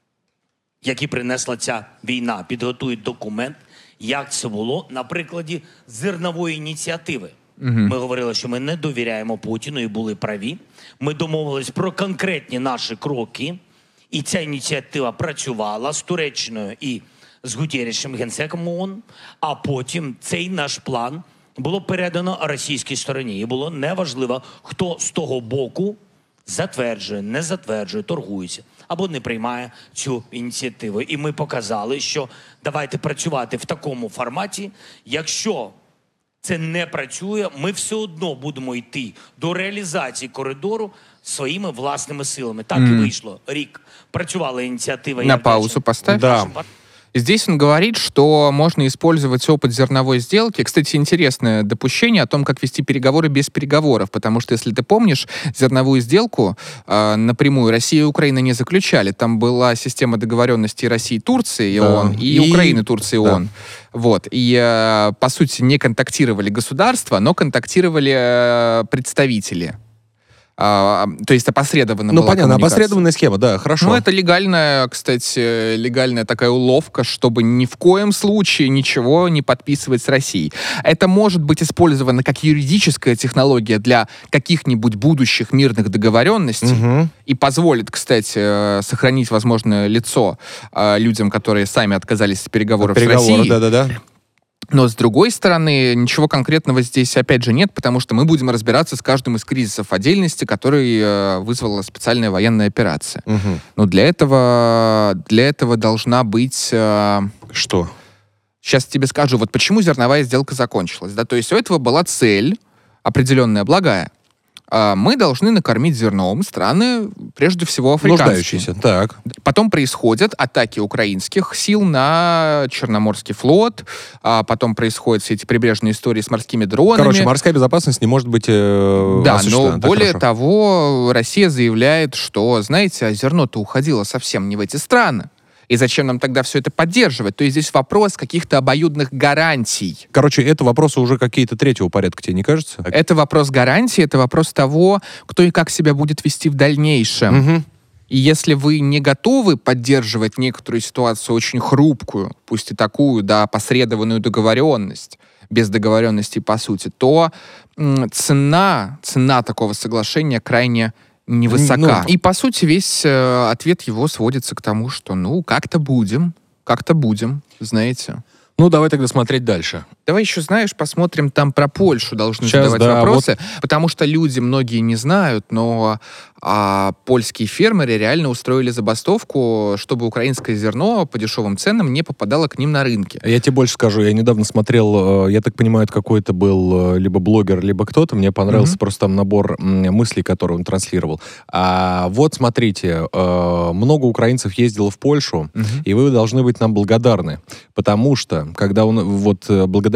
які принесла ця війна. Підготують документ, як це було на прикладі зернової ініціативи. Ми говорили, що ми не довіряємо Путіну і були праві. Ми домовились про конкретні наші кроки, і ця ініціатива працювала з Туреччиною і з Гутєрішем, генсеком ООН, а потім цей наш план було передано російській стороні. І було неважливо, хто з того боку затверджує, не затверджує, торгується або не приймає цю ініціативу. І ми показали, що давайте працювати в такому форматі. Якщо це не працює, ми все одно будемо йти до реалізації коридору своїми власними силами. Так і вийшло. Рік працювала ініціатива. На паузу поставь. Да. Нашим пар- Здесь он говорит, что можно использовать опыт зерновой сделки. Кстати, интересное допущение о том, как вести переговоры без переговоров. Потому что, если ты помнишь, зерновую сделку э, напрямую Россия и Украина не заключали. Там была система договоренностей России, Турции и Да. ООН, и, И- Украины, Турции и да. ООН. Вот. И, э, по сути, не контактировали государства, но контактировали э, представители. А, то есть опосредованно Ну, была понятно, коммуникация. опосредованная схема, да, хорошо. Ну, это легальная, кстати, легальная такая уловка, чтобы ни в коем случае ничего не подписывать с Россией. Это может быть использовано как юридическая технология для каких-нибудь будущих мирных договоренностей Мгм. и позволит, кстати, э, сохранить, возможно, лицо э, людям, которые сами отказались от переговоров с Переговоры, Россией. да-да-да. Но, с другой стороны, ничего конкретного здесь, опять же, нет, потому что мы будем разбираться с каждым из кризисов в отдельности, который э, вызвала специальная военная операция. Мгм. Но для этого, для этого должна быть... э, Что? сейчас тебе скажу, вот почему зерновая сделка закончилась. Да? То есть у этого была цель определенная, благая. А, мы должны накормить зерном страны, прежде всего, африканские. Нуждающиеся, так. Потом происходят атаки украинских сил на Черноморский флот, а потом происходят все эти прибрежные истории с морскими дронами. Короче, морская безопасность не может быть э, Да, осуществлена. но Так, более хорошо. того, Россия заявляет, что, знаете, а зерно-то уходило совсем не в эти страны. И зачем нам тогда все это поддерживать? То есть здесь вопрос каких-то обоюдных гарантий. Короче, это вопросы уже какие-то третьего порядка, тебе не кажется? Это вопрос гарантий, это вопрос того, кто и как себя будет вести в дальнейшем. Мгм. И если вы не готовы поддерживать некоторую ситуацию очень хрупкую, пусть и такую, да, опосредованную договоренность, без договоренности по сути, то м, цена, цена такого соглашения крайне невысока. Ну, И, по сути, весь э, ответ его сводится к тому, что, ну, как-то будем, как-то будем, знаете. Ну, давай тогда смотреть дальше. Давай еще, знаешь, посмотрим, там про Польшу должны Сейчас, задавать да, вопросы, потому что люди, многие не знают, но а, польские фермеры реально устроили забастовку, чтобы украинское зерно по дешевым ценам не попадало к ним на рынке. Я тебе больше скажу, я недавно смотрел, э, я так понимаю, это какой-то был э, либо блогер, либо кто-то, мне понравился Мгм. просто там набор м, мыслей, которые он транслировал. А вот смотрите, э, много украинцев ездило в Польшу, Мгм. и вы должны быть нам благодарны, потому что, когда он, вот, э, благодаря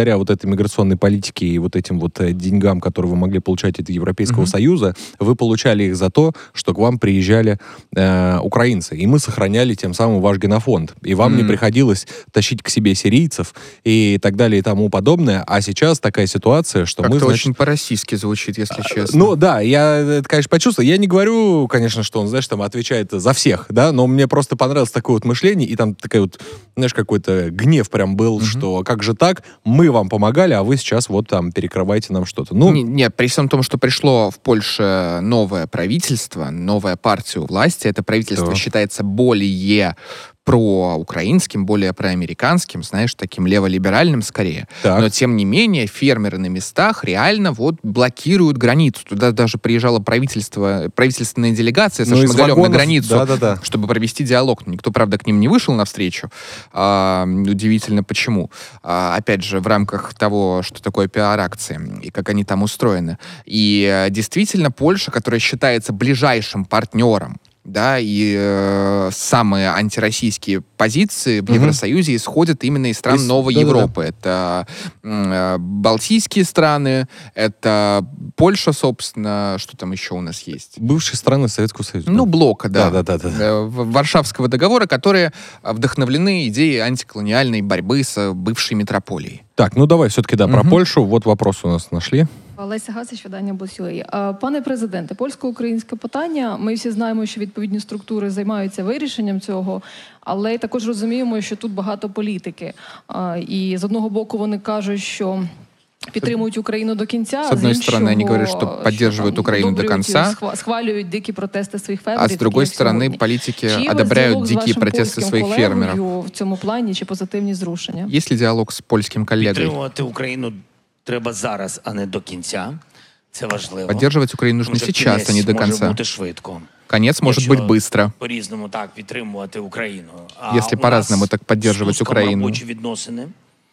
благодаря вот этой миграционной политике и вот этим вот э, деньгам, которые вы могли получать от Европейского mm-hmm. Союза, вы получали их за то, что к вам приезжали э, украинцы. И мы сохраняли тем самым ваш генофонд. И вам mm-hmm. не приходилось тащить к себе сирийцев и так далее и тому подобное. А сейчас такая ситуация, что Как-то мы, значит... очень по-российски звучит, если честно. Ну да, я это, конечно, почувствовал. Я не говорю, конечно, что он, знаешь, там отвечает за всех, да, но мне просто понравилось такое вот мышление, и там такая вот, знаешь, какой-то гнев прям был, mm-hmm. что как же так, мы вам помогали, а вы сейчас вот там перекрываете нам что-то. Ну, Не- Нет, при всем том, что пришло в Польше новое правительство, новая партия у власти, это правительство Да. считается более проукраинским, более проамериканским, знаешь, таким леволиберальным скорее. Так. Но, тем не менее, фермеры на местах реально вот блокируют границу. Туда даже приезжало правительство, правительственная делегация со Ну, из Шмыгалем на вагонов, границу, да-да-да. чтобы провести диалог. Никто, правда, к ним не вышел навстречу. А, удивительно, почему. А, опять же, в рамках того, что такое пиар-акции и как они там устроены. И э, действительно, Польша, которая считается ближайшим партнером, да, и э, самые антироссийские позиции в Мгм. Евросоюзе исходят именно из стран Из- Новой да-да-да. Европы. Это м, э, Балтийские страны, это Польша, собственно, что там еще у нас есть? бывшие страны Советского Союза. Ну, блока, да. Да-да-да. Э, в- Варшавского договора, которые э, вдохновлены идеей антиколониальной борьбы с бывшей метрополией. Так, ну давай все-таки, да, про Мгм. Польшу. Вот вопрос у нас нашли. Леся Гасич, видання «Босюї». Е, Пане президенте, польсько-українське питання. Ми всі знаємо, що відповідні структури займаються вирішенням цього, але й також розуміємо, що тут багато політики. Е, І з одного боку вони кажуть, що підтримують Україну до кінця, С одной з стороны, они іншого, говорят, что поддерживают там, Украину до одобрюють, конца, схва- схвалюють дикі протести своїх а фермерів. с другой такі, як стороны, сьогодні. политики Чи є у вас одобряют діалог з дикие вашим протесты польським своих фермеров. колегою в цьому плані, чи позитивні зрушення? Есть ли диалог с польским коллегой? Підтримувати Україну треба зараз, а не до кінця. Це важливо. Поддерживать Украину нужно Тому що сейчас, а не кінець до може конца. бути швидко. Конец может Якщо быть быстро. По-різному так підтримувати Україну. А Если у по-разному нас так поддерживать з Туском Украину. робочі відносини.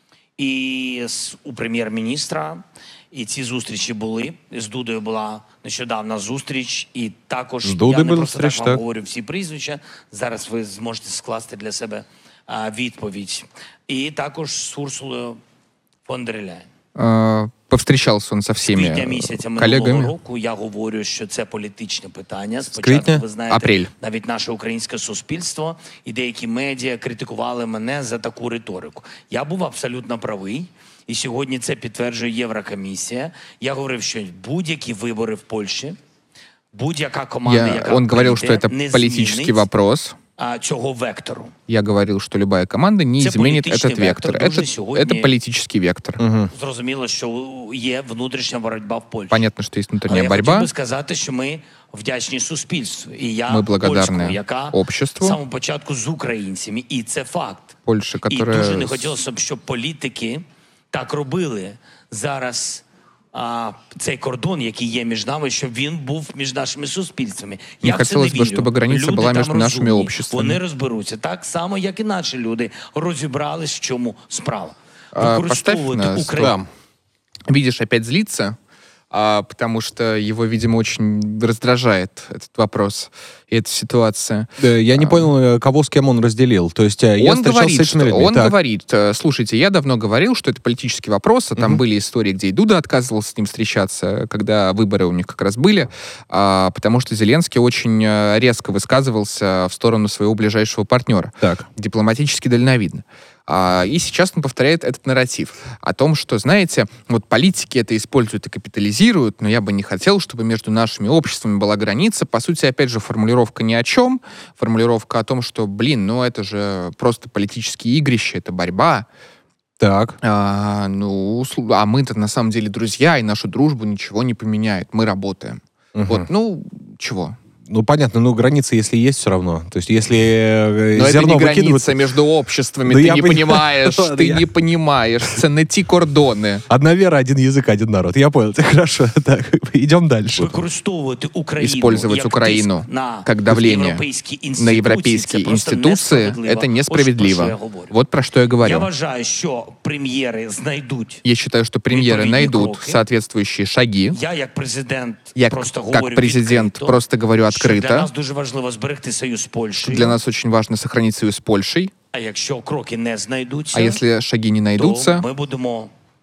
І з, у прем'єр-міністра. І ці зустрічі були. З Дудою була нещодавна зустріч. І також З Дудою я не була просто зустріч, так вам так. говорю всі прізвища. Зараз ви зможете скласти для себе а, відповідь. І також з Урсулою фон дер Ляйн. Э, Повстречался он со З всеми квітня э, місяця минулого коллегами. року я говорю, що це політичне питання. квітня? Спочатку, ви знаєте, Апрель. навіть наше українське суспільство і деякі медіа критикували мене за таку риторику. Я був абсолютно правий, і сьогодні це підтверджує Єврокомісія. Я говорив, що будь-які вибори в Польщі, будь-яка команда, Я, яка он говорил, прийде, что это не политический змінить, вопрос. а, цього вектору. Я говорил, что любая команда не Это изменит политичный этот вектор. вектор. Дуже Это, сьогодні- это политический вектор. Зрозуміло, що є внутрішня боротьба в Польщі. Понятно, что есть Але внутренняя я хотів борьба. би сказати, що ми вдячні суспільству. І я Ми благодарні польському, яка обществу. з самого початку з українцями. І це факт. Польши, І которая... дуже не хотілося б, щоб політики так робили. Зараз а, цей кордон, який є між нами, щоб він був між нашими суспільствами. Не Я в це хотілося не б, вірю. щоб границя Люди була там між нашими розумні. обществами. Вони розберуться. Так само, як і наші люди розібрались, в чому справа. А, Використовувати поставь на Україну. Видишь, опять злится, а, потому что его, видимо, очень раздражает этот вопрос и эта ситуация. Э, Я не понял, э, кого с кем он разделил. То есть э, я Он встречался говорит, с этими что, людьми. он Так. говорит, э, слушайте, я давно говорил, что это политический вопрос, а там были истории, где и Дуда отказывался с ним встречаться, когда выборы у них как раз были, а, потому что Зеленский очень э, резко высказывался в сторону своего ближайшего партнера. Так. Дипломатически дальновидно. А, и сейчас он повторяет этот нарратив о том, что, знаете, вот политики это используют и капитализируют, но я бы не хотел, чтобы между нашими обществами была граница. По сути, опять же, формулировка ни о чем. Формулировка о том, что, блин, ну это же просто политические игрища, это борьба. Так. А, ну, слу- а мы-то на самом деле друзья, и нашу дружбу ничего не поменяет. Мы работаем. Вот, ну, чего? Ну, понятно, ну, границы, если есть, все равно. То есть, если э, Но это зерно не выкидывают... граница между обществами, Да ты я не понимаю. понимаешь, Ладно, ты я- не понимаешь. Це не ті кордони. Одна вера, один язык, один народ. Я понял. Хорошо. Так, идем дальше. Використовувати Україну Использовать як Украину тиск на как давление європейські на інституції, европейские це просто институции, несправедливо. это Ось про що я несправедливо. говорю. Вот про что я Я говорю. вважаю, що прем'єри знайдуть. Я считаю, что премьеры Відповідні найдут кроки. соответствующие шаги. Я як президент Я просто как говорю президент відкрито, просто говорю що для открыто. нас дуже важливо зберегти союз з Польщею. Для нас очень важно сохранить союз с Польшей. А якщо кроки не знайдуться, А если шаги не то найдутся, ми будемо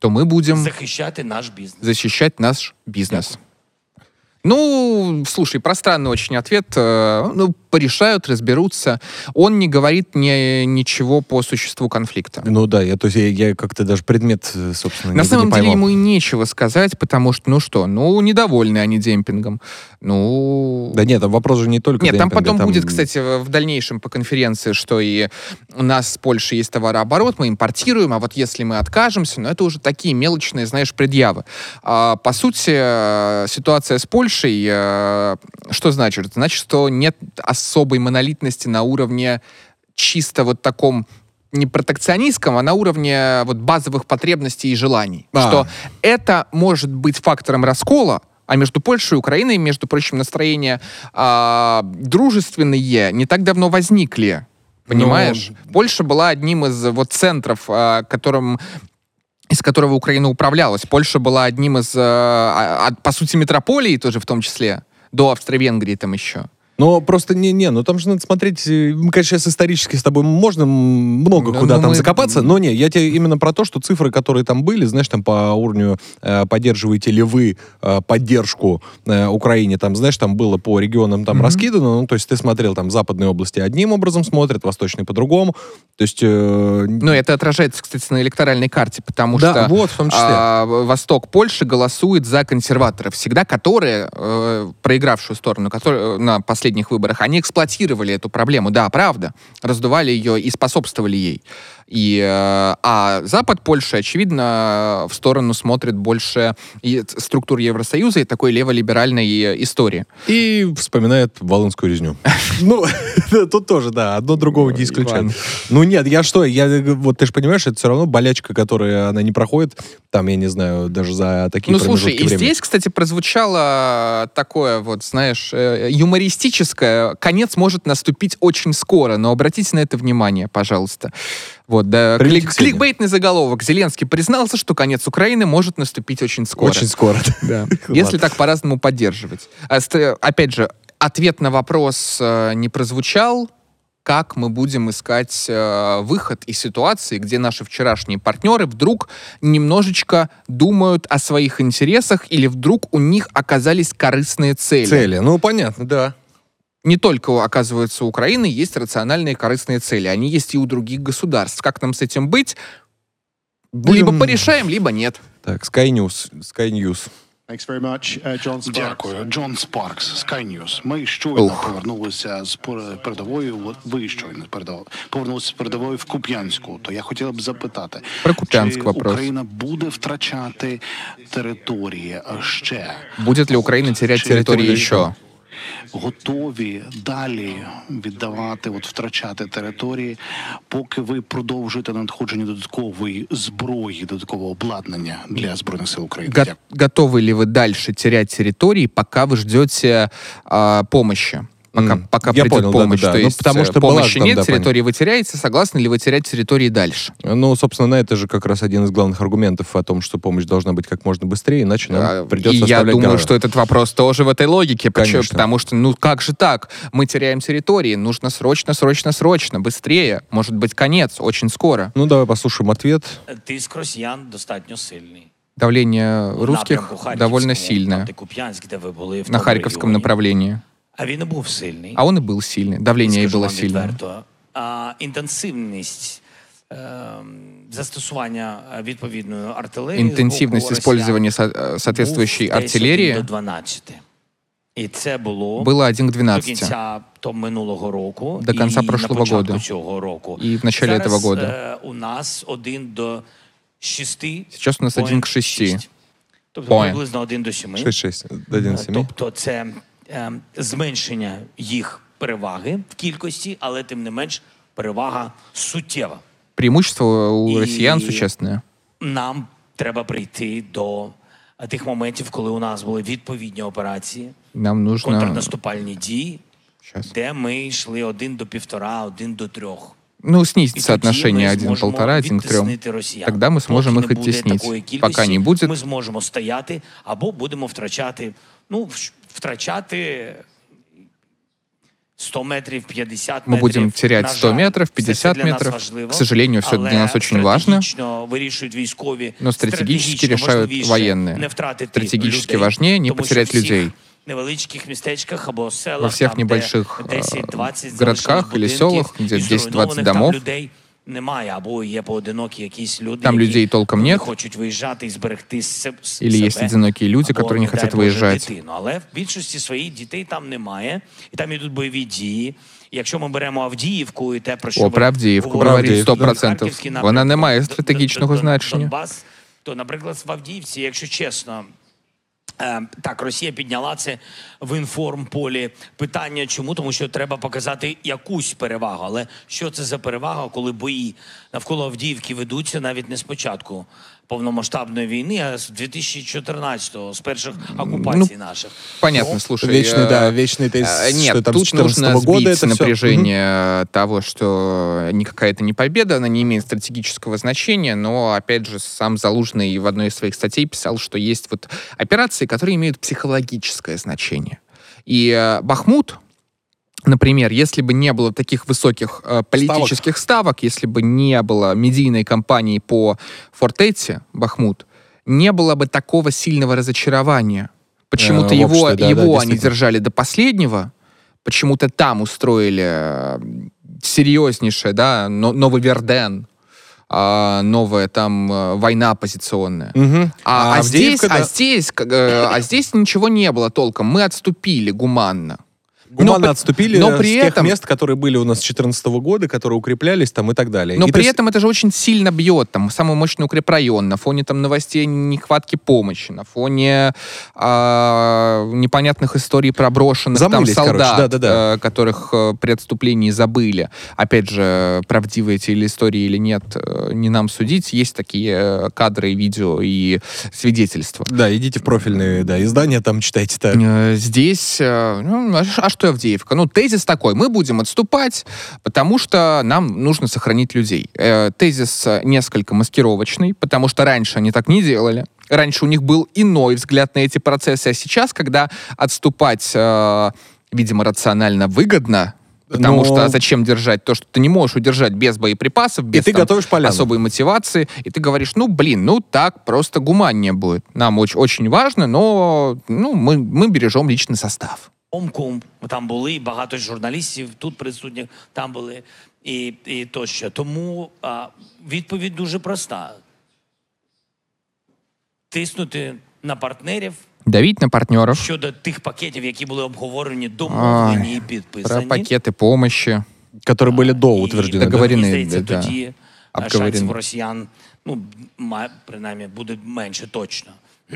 то мы будем захищати наш бізнес. защищать наш бизнес. Ну, слушай, пространный очень ответ. Э, Ну, порешают, разберутся. Он не говорит ни, ничего по существу конфликта. Ну да, я, то есть я, я как-то даже предмет, э, собственно, На не, самом не деле поймал. ему и нечего сказать, потому что, ну что, ну, недовольны они демпингом. Ну... Да нет, там вопрос же не только Нет, там демпинга, потом будет, кстати, в в дальнейшем по конференции, что и у нас с Польшей есть товарооборот, мы импортируем, а вот если мы откажемся, ну, это уже такие мелочные, знаешь, предъявы. А, по сути, э, ситуация с Польшей, э, что значит? Значит, что нет особой монолитности на уровне чисто вот таком не протекционистском, а на уровне вот базовых потребностей и желаний. А. Что это может быть фактором раскола, а между Польшей и Украиной, между прочим, настроения а, дружественные не так давно возникли. Понимаешь? Ну, Польша была одним из вот центров, а, которым из которого Украина управлялась. Польша была одним из, а, а, по сути, метрополий тоже в том числе, до Австро-Венгрии там еще. Но просто не-не, ну там же надо смотреть, э, мы, конечно, сейчас исторически с тобой можем много Ну, куда ну, там мы- закопаться, но не, я тебе именно про то, что цифры, которые там были, знаешь, там по уровню э, поддерживаете ли вы э, поддержку э, Украине, там, знаешь, там было по регионам там Мгм. раскидано, ну, то есть ты смотрел, там, западные области одним образом смотрят, восточные по-другому, то есть... э, Ну, это отражается, кстати, на электоральной карте, потому да, что вот, в том числе. а, восток Польши голосует за консерваторов. Всегда которые, э, проигравшую сторону, которые, на последних выборах, они эксплуатировали эту проблему. Да, правда. Раздували ее и способствовали ей. И, э, а Запад Польши, очевидно, в сторону смотрит больше и структур Евросоюза и такой леволиберальной э, истории. И вспоминает Волынскую резню. Ну, тут тоже, да, одно другого не исключает. Иван. Ну нет, я что, я, вот ты же понимаешь, это все равно болячка, которая, она не проходит, там, я не знаю, даже за такие Ну, слушай, промежутки и времени. здесь, кстати, прозвучало такое вот, знаешь, э, юмористическое. Конец может наступить очень скоро, но обратите на это внимание, пожалуйста. Вот, да, Примите клик- к сведению. кликбейтный заголовок. Зеленский признался, что конец Украины может наступить очень скоро. Очень скоро. Да. Ладно. Если так по-разному поддерживать. А, ст- Опять же, ответ на вопрос э, не прозвучал. Как мы будем искать э, выход из ситуации, где наши вчерашние партнеры вдруг немножечко думают о своих интересах или вдруг у них оказались корыстные цели. Цели, ну понятно, да. Не только, оказывается, у Украины есть рациональные корыстные цели. Они есть и у других государств. Как нам с этим быть? Либо Будем- порешаем, либо нет. Так, Sky News, Sky News. Thanks very much, uh, John Sparks. Дякую, Джон Спаркс, Sky News. Ми щойно Ух. повернулися з пер- передової. от Ви щойно передав- повернулися з передової в Куп'янську. То я хотіла б запитати, Про Куп'янськ чи вопрос. Україна буде втрачати території ще? Будет ли Украина терять Чи территории ви еще? готові далі віддавати, от втрачати території, поки ви продовжуєте надходження додаткової зброї, додаткового обладнання для збройних сил України? Го- Дякую. готовы ли вы дальше терять территории, пока вы ждете а, помощи? Пока, М, пока я придет понял, помощь. да-да-да. То Ну, есть потому э, что была помощи же там, нет, да, территории вы теряете. Согласны ли вы терять территории дальше? Ну, собственно, на это же как раз один из главных аргументов о том, что помощь должна быть как можно быстрее, иначе нам А, придется И я оставлять думаю, города. что этот вопрос тоже в этой логике. Почему? Конечно. Потому что, ну как же так? Мы теряем территории. Нужно срочно, срочно, срочно. Быстрее. Может быть, конец. Очень скоро. Ну, давай послушаем ответ. Тиск росіян достатньо сильний. Давление В русских напрямку Харківському, довольно там, сильное де Куп'янськ, де ви були в на тому Харьковском регіоні. направлении. А він і був сильний. А он и был сильный. Давление и Скажу было вам сильное. відверто. А, інтенсивність е, застосування е, відповідної артилерії з Интенсивность боку использования росіян со- соответствующей був десь один артиллерии до дванадцяти. І це було было один к до двенадцати. кінця то минулого року До конца і прошлого на початку года. цього року. И в начале Зараз, этого года. е, у нас один до шести. Сейчас у нас один к шести. шість. Тобто Понял. приблизно один до семи. шесть шесть, один семь. Тобто це е, зменшення їх переваги в кількості, але тим не менш перевага суттєва. Преимущество у И- россиян существенное. Нам треба прийти до е, тих моментів, коли у нас були відповідні операції, Нам нужно контрнаступальні дії, сейчас. де ми йшли один до півтора, один до трьох. Ну, снизить І соотношение тоді ми один к полтора, зможемо один к трем. відтиснити росіян. Тогда мы сможем Поки их не буде оттеснить. такої кількості, Пока не будет, ми зможемо стояти або будемо втрачати, ну, вш- втрачати сто метрів, п'ятдесят Мы метрів. будем терять На сто жаль, метров, все це пятьдесят для нас метров. важливо, К сожалению, все але для нас очень важно. стратегічно вирішують військові, Но стратегически стратегічно решают важливіше военные. не втратити Стратегически людей, важнее не тому що потерять в всіх людей. невеличких містечках або селах, Во всех там, небольших, де десять-двадцять э, городках залишилось или селах, будинків где і десять-двадцать зруйнованих, домов. там людей немає, або є поодинокі якісь люди, Там які людей толком не нет. хочуть виїжджати і зберегти се- Или себе, есть одинокие люди, або, которые не дай хотят Боже, выезжать. дитину. Але в більшості своїх дітей там немає, і там йдуть бойові дії. І якщо ми беремо Авдіївку і те, про що О, ви про Авдіївку говорите, говорить сто Харківський процентів. напрямок, Вона не має Дон- стратегічного Дон- Дон- значення. Донбас, то, наприклад, в Авдіївці, якщо чесно, Е, так, Росія підняла це в інформполі. Питання чому? Тому що треба показати якусь перевагу. Але що це за перевага, коли бої навколо Авдіївки ведуться навіть не з початку повномасштабної війни, а з дві тисячі чотирнадцятого, з перших окупацій Ну, наших. Понятно, слушай. Вечный, э, да, вечный тезис, э, Нет, что там с тут нужно четырнадцатого года сбить это всё. напряжение того, что никакая это не победа, она не имеет стратегического значения, но, опять же, сам Залужный в одной из своих статей писал, что есть вот операции, которые имеют психологическое значение. И э, Бахмут, например, если бы не было таких высоких э, политических ставок. ставок, если бы не было медийной кампании по Фортете, Бахмут, не было бы такого сильного разочарования. Почему-то Э, в его, обществе, да, его да, они действительно. держали до последнего, почему-то там устроили э, серьезнейшее, да, но, новый Верден, а, новая там э, война позиционная. Мгм. А, А а здесь, Авдеевка, а, да. здесь, как, э, а здесь ничего не было толком. Мы отступили гуманно. Гуманно Но при- отступили но с при тех этом- мест, которые были у нас с четырнадцатого года, которые укреплялись там и так далее. Но И при то есть- этом это же очень сильно бьет. Там самый мощный укрепрайон, на фоне там новостей нехватки помощи, на фоне а, непонятных историй про брошенных там Замылись, короче, солдат, да-да-да. э, которых э, при отступлении забыли. Опять же, правдивы эти или истории или нет, э, не нам судить. Есть такие э, кадры, и видео и свидетельства. Да, идите в профильные, да, издания, там читайте. Так. Э, Здесь, э, ну, а ш- а что Авдеевка? Ну, тезис такой: мы будем отступать, потому что нам нужно сохранить людей. Э, Тезис э, несколько маскировочный, потому что раньше они так не делали. Раньше у них был иной взгляд на эти процессы, а сейчас, когда отступать, э, видимо, рационально выгодно, потому Но- что зачем держать то, что ты не можешь удержать без боеприпасов, без ты там, готовишь поляну. особой мотивации, и ты говоришь, ну, блин, ну, так просто гуманнее будет. Нам очень, очень важно, но ну, мы, мы бережем личный состав. Омку, там були і багато журналістів тут присутніх, там були і, і тощо. Тому а, відповідь дуже проста. Тиснути на партнерів Давить на партнеров. щодо тих пакетів, які були обговорені, домовлені і Про підписані. пакеты помощи. Которые были до І, утверждены. договорены. да? мені здається, да, тоді обговорены. шансів росіян, ну, ма- принаймні, буде менше точно.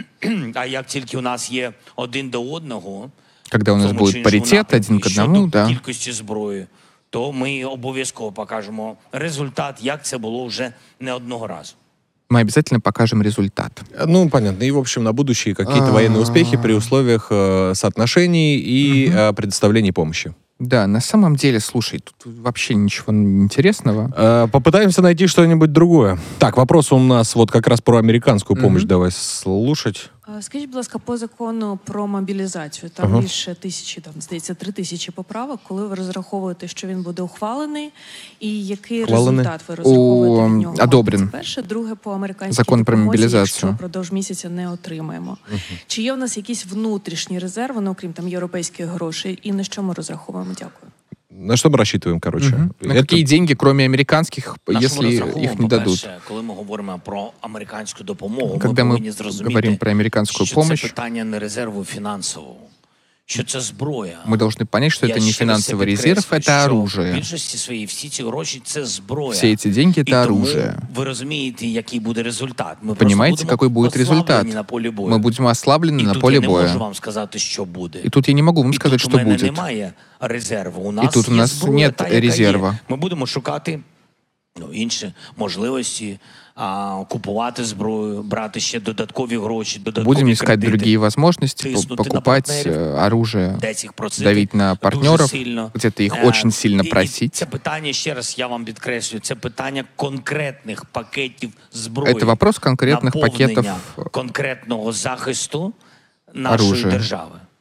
А як тільки у нас є один до одного, Когда у в нас тому будет чи іншому паритет напрямку, один к щодо одному, да. кількості зброї, то ми обов'язково покажемо результат, як це було вже не одного разу. Мы обязательно покажем результат. Ну, понятно. И, в общем, на будущее какие-то А. военные успехи при условиях э, соотношений и э, предоставления помощи. Да, на самом деле, слушай, тут вообще ничего интересного. Э, Попытаемся найти что-нибудь другое. Так, вопрос у нас вот как раз про американскую помощь. Мгм. Давай слушать. А, Скажіть, будь ласка, по закону про мобілізацію, там Ага. більше тисячі, там здається, три тисячі поправок. Коли ви розраховуєте, що він буде ухвалений, і який Ухвалений. результат ви розраховуєте О, від нього? одобрен. Це перше, друге по американській Закон про допомозі, мобілізацію. якщо впродовж місяця не отримаємо. Чи є в нас якісь внутрішні резерви, ну окрім там європейських грошей, і на що ми розраховуємо? Дякую. На что мы рассчитываем, короче? Мгм. На Это- какие деньги, кроме американских, На що ми если розраховуємо? их не дадут? По-перше, коли ми говоримо про американську допомогу, Когда ми мы повинні зрозуміти, говорим про американскую що помощь, це питання не резерву фінансового, що це зброя. мы должны понять, что Я это не ще раз це финансовый резерв, підкреслюю, это що В оружие. більшості своїй всі ці гроші це зброя. Все эти деньги — І это тому оружие. ви розумієте, який буде результат. Ми Понимаете, просто какой будемо будет результат? ослаблені на полі бою. Мы будем ослаблены І на тут поле я не боя. можу вам сказати, що буде. И тут я не могу вам І сказать, тут что у мене будет. немає резерву. У нас тут у є нас зброя, нет та, яка резерва. Є. Ми будемо шукати ну, інші можливості, а, купувати зброю, брати ще додаткові гроші, додаткові Будем искать кредити. другие возможности, по- тиснути на покупать партнерів, э, оружие, десь їх просити давить на дуже партнеров, сильно. где-то их Е, очень сильно і- і просить. Це питання, ще раз я вам підкреслюю, це питання конкретних пакетів зброї. Это вопрос конкретных наповнення пакетов конкретного захисту нашої оружия. держави.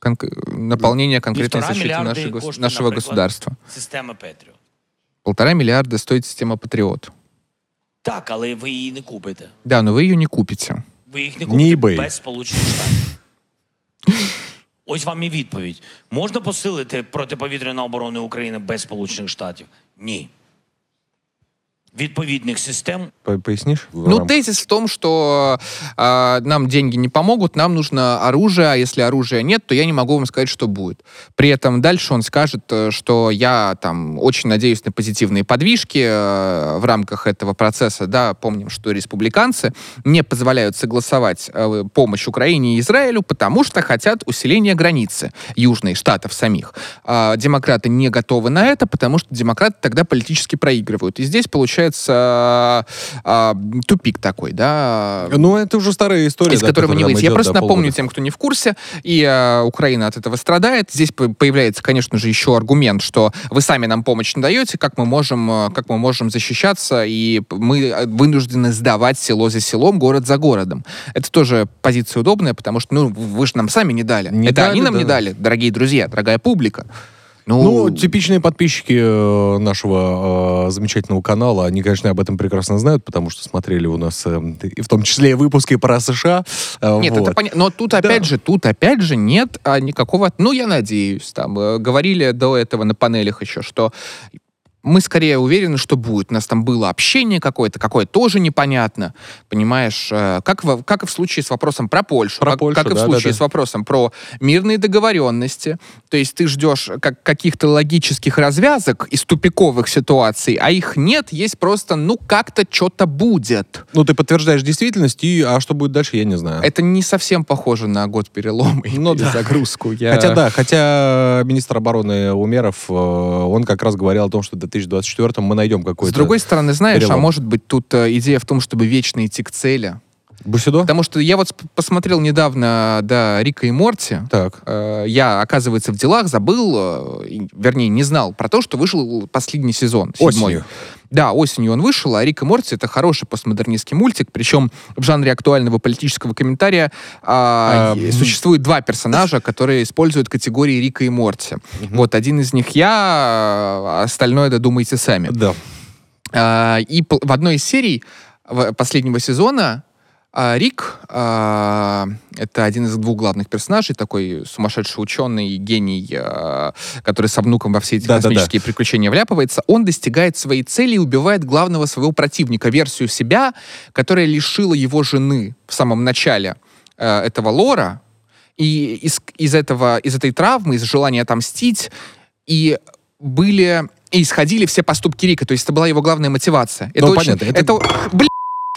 кон- наполнение конкретной Півтора защиты мільярди нашей гос- коштує, нашего наприклад, государства. Система Петріот. Полтора миллиарда стоит система Патриот. Так, але ви її не купите. Да, но вы ее не купите. Ви їх не Не купите eBay. без Сполучених Штатів. Ось вам і відповідь. Можна посилити протиповітряну оборону України без Сполучених Штатів? Ні. Відповідних систем По- Пояснишь? В Ну, рамках- тезис в том, что э, нам деньги не помогут, нам нужно оружие, а если оружия нет, то я не могу вам сказать, что будет. При этом дальше он скажет, э, что я там очень надеюсь на позитивные подвижки э, в рамках этого процесса. Да, помним, что республиканцы не позволяют согласовать э, помощь Украине и Израилю, потому что хотят усиления границы южной, штатов самих. А демократы не готовы на это, потому что демократы тогда политически проигрывают. И здесь получается а, а, тупик такой, да. Ну, это уже старая история, Из да, которого не которая выйти. там Я идет, просто да, напомню полгода. тем, кто не в курсе, и э, Украина от этого страдает. Здесь по- появляется, конечно же, еще аргумент, что вы сами нам помощь не даете, как мы можем, э, как мы можем защищаться, и п- мы э, вынуждены сдавать село за селом, город за городом. Это тоже позиция удобная, потому что, ну, вы же нам сами не дали. Не Это дали, они нам да. не дали, дорогие друзья, дорогая публика. Ну, Ну, типичные подписчики э, нашего э, замечательного канала, они, конечно, об этом прекрасно знают, потому что смотрели у нас, э, и в том числе и выпуски про США. э, Нет, вот. это понятно. Но тут опять же, тут опять же нет а, никакого... Ну, я надеюсь, там, э, говорили до этого на панелях еще, что мы скорее уверены, что будет. У нас там было общение какое-то, какое тоже непонятно. Понимаешь, э, как, в, как и в случае с вопросом про Польшу, Про как, Польшу, как и в да, случае да, да. с вопросом про мирные договоренности. То есть ты ждешь как, каких-то логических развязок из тупиковых ситуаций, а их нет, есть просто, ну, как-то что-то будет. Ну, ты подтверждаешь действительность, и, а что будет дальше, я не знаю. Это не совсем похоже на год перелома и Ну да. перезагрузку. Я- Хотя да, хотя министр обороны Умеров, э, он как раз говорил о том, что в две тысячи двадцать четвёртом мы найдем С какой-то... другой стороны, знаешь, перелом. а может быть тут э, идея в том, чтобы вечно идти к цели. Бусидо? Потому что я вот сп- посмотрел недавно, да, Рика и Морти. Так. Э, я, оказывается, в делах забыл, э, и- вернее, не знал про то, что вышел последний сезон, седьмой. Осенью. Да, осенью он вышел, а Рик и Морти — это хороший постмодернистский мультик, причем в жанре актуального политического комментария а, А, е- существует два персонажа, которые используют категории Рика и Морти. Вот один из них я, а остальное додумайте сами. Да. А, и пол- в одной из серий в- последнего сезона а, Рик, а, это один из двух главных персонажей, такой сумасшедший ученый, гений, а, который со внуком во все эти Да-да-да. космические приключения вляпывается, он достигает своей цели и убивает главного своего противника, версию себя, которая лишила его жены в самом начале э, этого лора. И из, из, этого, из этой травмы, из желания отомстить, и были... И исходили все поступки Рика, то есть это была его главная мотивация. Это Ну, очень... понятно, это- это... Бля-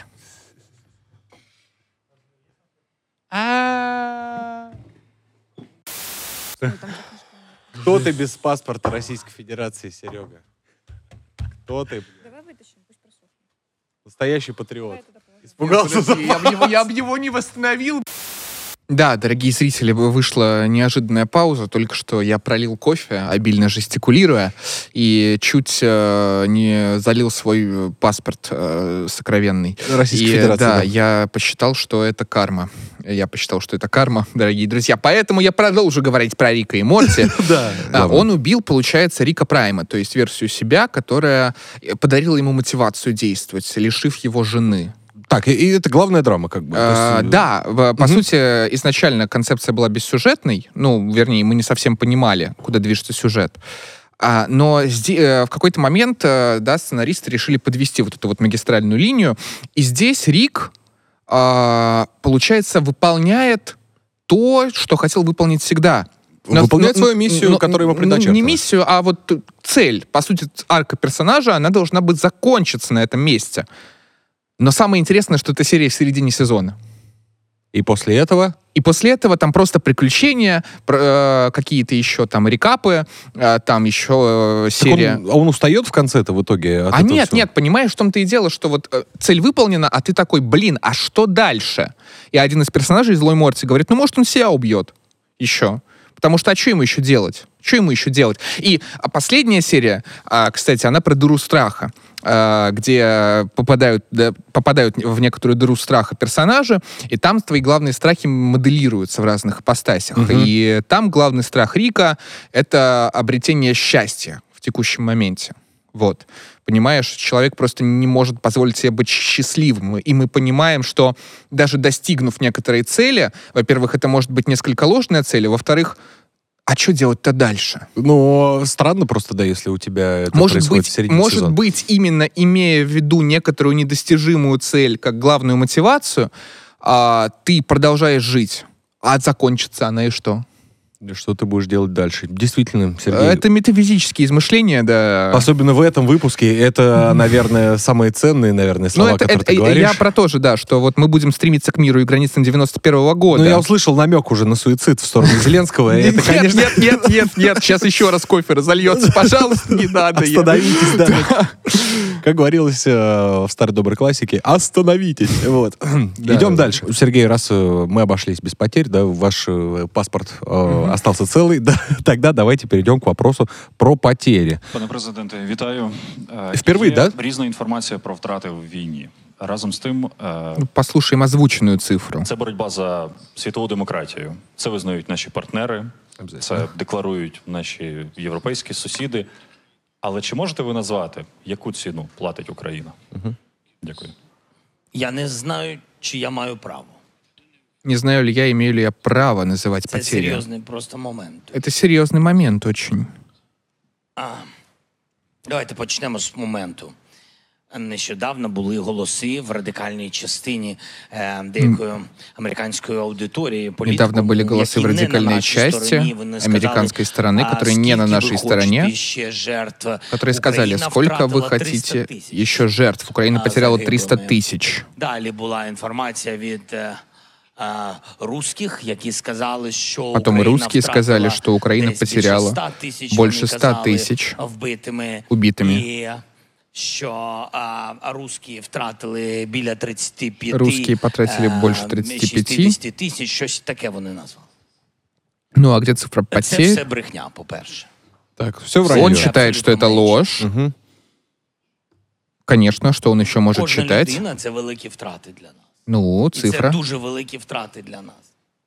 Кто ты без паспорта Российской Федерации, Серега? Кто ты? Давай вытащим, пусть просохнет. Настоящий патриот. Испугался. Я бы его, я бы его не восстановил. Да, дорогие зрители, вышла неожиданная пауза. Только что я пролил кофе, обильно жестикулируя, и чуть э, не залил свой паспорт э, сокровенный. Российской И, Федерации, Да, да. я посчитал, что это карма. Я посчитал, что это карма, дорогие друзья. Поэтому я продолжу говорить про Рика и Морти. Да. А, Он убил, получается, Рика Прайма, то есть версию себя, которая подарила ему мотивацию действовать, лишив его жены. Так, и, и это главная драма, как бы. То А, есть, да, в- по сути, изначально концепция была бессюжетной, ну, вернее, мы не совсем понимали, куда движется сюжет. А, но сде- э, в какой-то момент, э, да, сценаристы решили подвести вот эту вот магистральную линию, и здесь Рик, а, получается, выполняет то, что хотел выполнить всегда. Но- Выполняет но- свою миссию, но- которая ему ну, предначертана. Не миссию, а вот цель. По сути, арка персонажа, она должна быть закончиться на этом месте. Но самое интересное, что эта серия в середине сезона. И после этого... И после этого там просто приключения, про- э, какие-то еще там рекапы, э, там еще э, Так серия... он, а он устает в конце-то в итоге? от А этого нет, всего? нет, понимаешь, в том-то и дело, что вот э, цель выполнена, а ты такой, блин, а что дальше? И один из персонажей, Злой Морти, говорит, ну, может, он себя убьет еще. Потому что, а что ему еще делать? Что ему еще делать? И а последняя серия, а, кстати, она про дыру страха. э, где попадают, да, попадают в некоторую дыру страха персонажи, и там твои главные страхи моделируются в разных ипостасях. Мгм. И там главный страх Рика — это обретение счастья в текущем моменте. Вот. Понимаешь, человек просто не может позволить себе быть счастливым. И мы понимаем, что даже достигнув некоторой цели, во-первых, это может быть несколько ложная цель, а во-вторых, а что делать-то дальше? Но странно просто, да, если у тебя это Может происходит быть, в середине может сезона. быть, именно имея в виду некоторую недостижимую цель как главную мотивацию, а, ты продолжаешь жить, а закончится она и что? И что ты будешь делать дальше? Действительно, Сергей. Это метафизические измышления, да. Особенно в этом выпуске, это, наверное, самые ценные, наверное, слова, Ну, это, которые это- ты говоришь. я про то же, да, что вот мы будем стремиться к миру и границам девяносто первого года. Ну, я услышал намек уже на суицид в сторону Зеленского. и Это, Нет, конечно... нет, нет, нет, нет, сейчас еще раз кофе разольется, пожалуйста, не надо. я- Остановитесь, да. Как говорилось э, в старой доброй классике, остановитесь. Вот. Идем дальше. Сергей, раз э, мы обошлись без потерь, да, ваш э, паспорт э, остался целый, да, тогда давайте перейдем к вопросу про потери. Пане президенте, вітаю. Е, Впервые, є да? Різна інформація про втрати в війні. Разом з тим, е, Ну, Послушаем озвученную цифру. це боротьба за світову демократію. Це визнають наші партнери, це декларують наші європейські сусіди. Але чи можете ви назвати, яку ціну платить Україна? Дякую. Я не знаю, чи я маю право. Не знаю ли я, имею ли я право называть Це потери. серйозний просто момент. Это серьезный момент очень. А, давайте почнемо з моменту. Нещодавно були голоси в радикальній частині е, деякої американської аудиторії. політикуму, Недавно были голосы в які не на радикальной нашій части стороні. Вони сказали, американской стороны, а, которые не на скільки нашей ви стороне, хочете ще жертв? которые сказали, Україна сколько вы втратила хотите триста тисяч. еще жертв. Украина а, потеряла триста загиблими. тысяч. Далі була інформація від е, е, русських, які сказали, що Потом и Україна русские сказали, втратила что Украина десь більше потеряла ста тисяч, больше вони ста казали, тысяч вбитими. убитыми. І що а, русські втратили біля тридцяти п'яти. Русские потратили е, больше тридцати пяти. шістдесят тисяч, щось таке вони назвали. Ну, а где цифра Це потерь? все брехня, по-перше. Так, все в Он районе. считает, что это ложь. Мгм. Конечно, что он еще может Кожна считать. людина – це великі втрати для нас. Ну, І цифра. це дуже великі втрати для нас.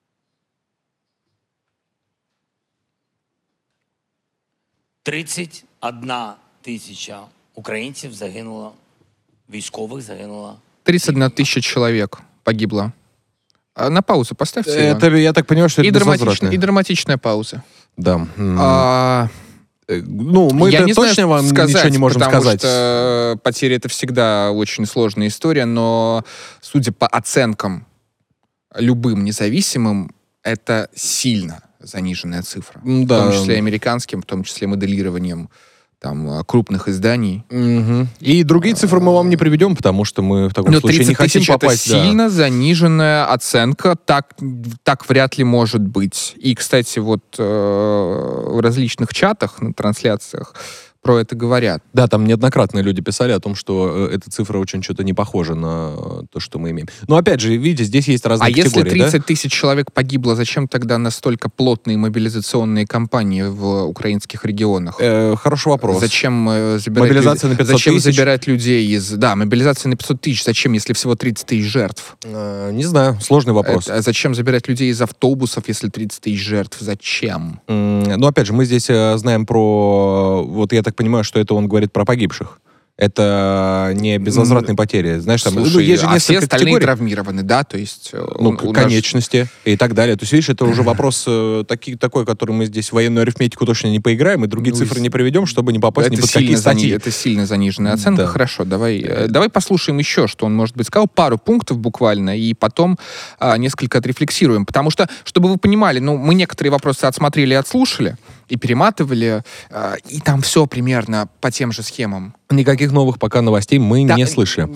тридцять одна тисяча українців загинуло, військових загинуло. тридцать одна тысяча человек погибло. А на паузу поставьте его. Это, я так понимаю, что И, это драматичная, безвозвратно. и драматичная пауза. Да. М. А, Э, Ну, мы я это не точно знаю, вам что сказать, ничего не можем потому сказать. что потери — это всегда очень сложная история, но, судя по оценкам любым независимым, это сильно заниженная цифра. М, В да. том числе американским, в том числе моделированием там, крупных изданий. Мгм. И другие цифры мы вам не приведем, потому что мы в таком Но случае не тридцать хотим тысяч — это попасть. да. сильно заниженная оценка. Так, так вряд ли может быть. И, кстати, вот э, в различных чатах, на трансляциях про это говорят. Да, там неоднократно люди писали о том, что э, эта цифра очень что-то не похожа на э, то, что мы имеем. Но опять же, видите, здесь есть разные А если категории, да? тридцать тысяч человек погибло, зачем тогда настолько плотные мобилизационные кампании в украинских регионах? Э, хороший вопрос. Зачем э, забирать Мобилизация люд- на пятьсот Зачем тысяч? забирать людей из... Да, мобилизация на пятьсот тысяч. Зачем, если всего тридцать тысяч жертв? Э, не знаю, сложный вопрос. Это- а зачем забирать людей из автобусов, если тридцать тысяч жертв? Зачем? М, Но опять же, мы здесь э, знаем про... Вот я так понимаю, что это он говорит про погибших. Это не безвозвратные потери. Знаешь, там ну, Слушай, есть же а все несколько остальные категорий. травмированы, да? То есть... э, Ну, у- к- у нас- конечности и так далее. То есть, видишь, это уже вопрос э, таки, такой, который мы здесь в военную арифметику точно не поиграем, и другие Ну, цифры и- не приведем, чтобы не попасть ни Это под какие сильно, зани- статьи. это сильно заниженная оценка. Да. Хорошо, давай, э, давай послушаем еще, что он, может быть, сказал. Пару пунктов буквально, и потом а, несколько отрефлексируем. Потому что, чтобы вы понимали, ну, мы некоторые вопросы отсмотрели и отслушали, и перематывали, а, и там все примерно по тем же схемам. Никаких новых пока новостей мы Да, не слышим.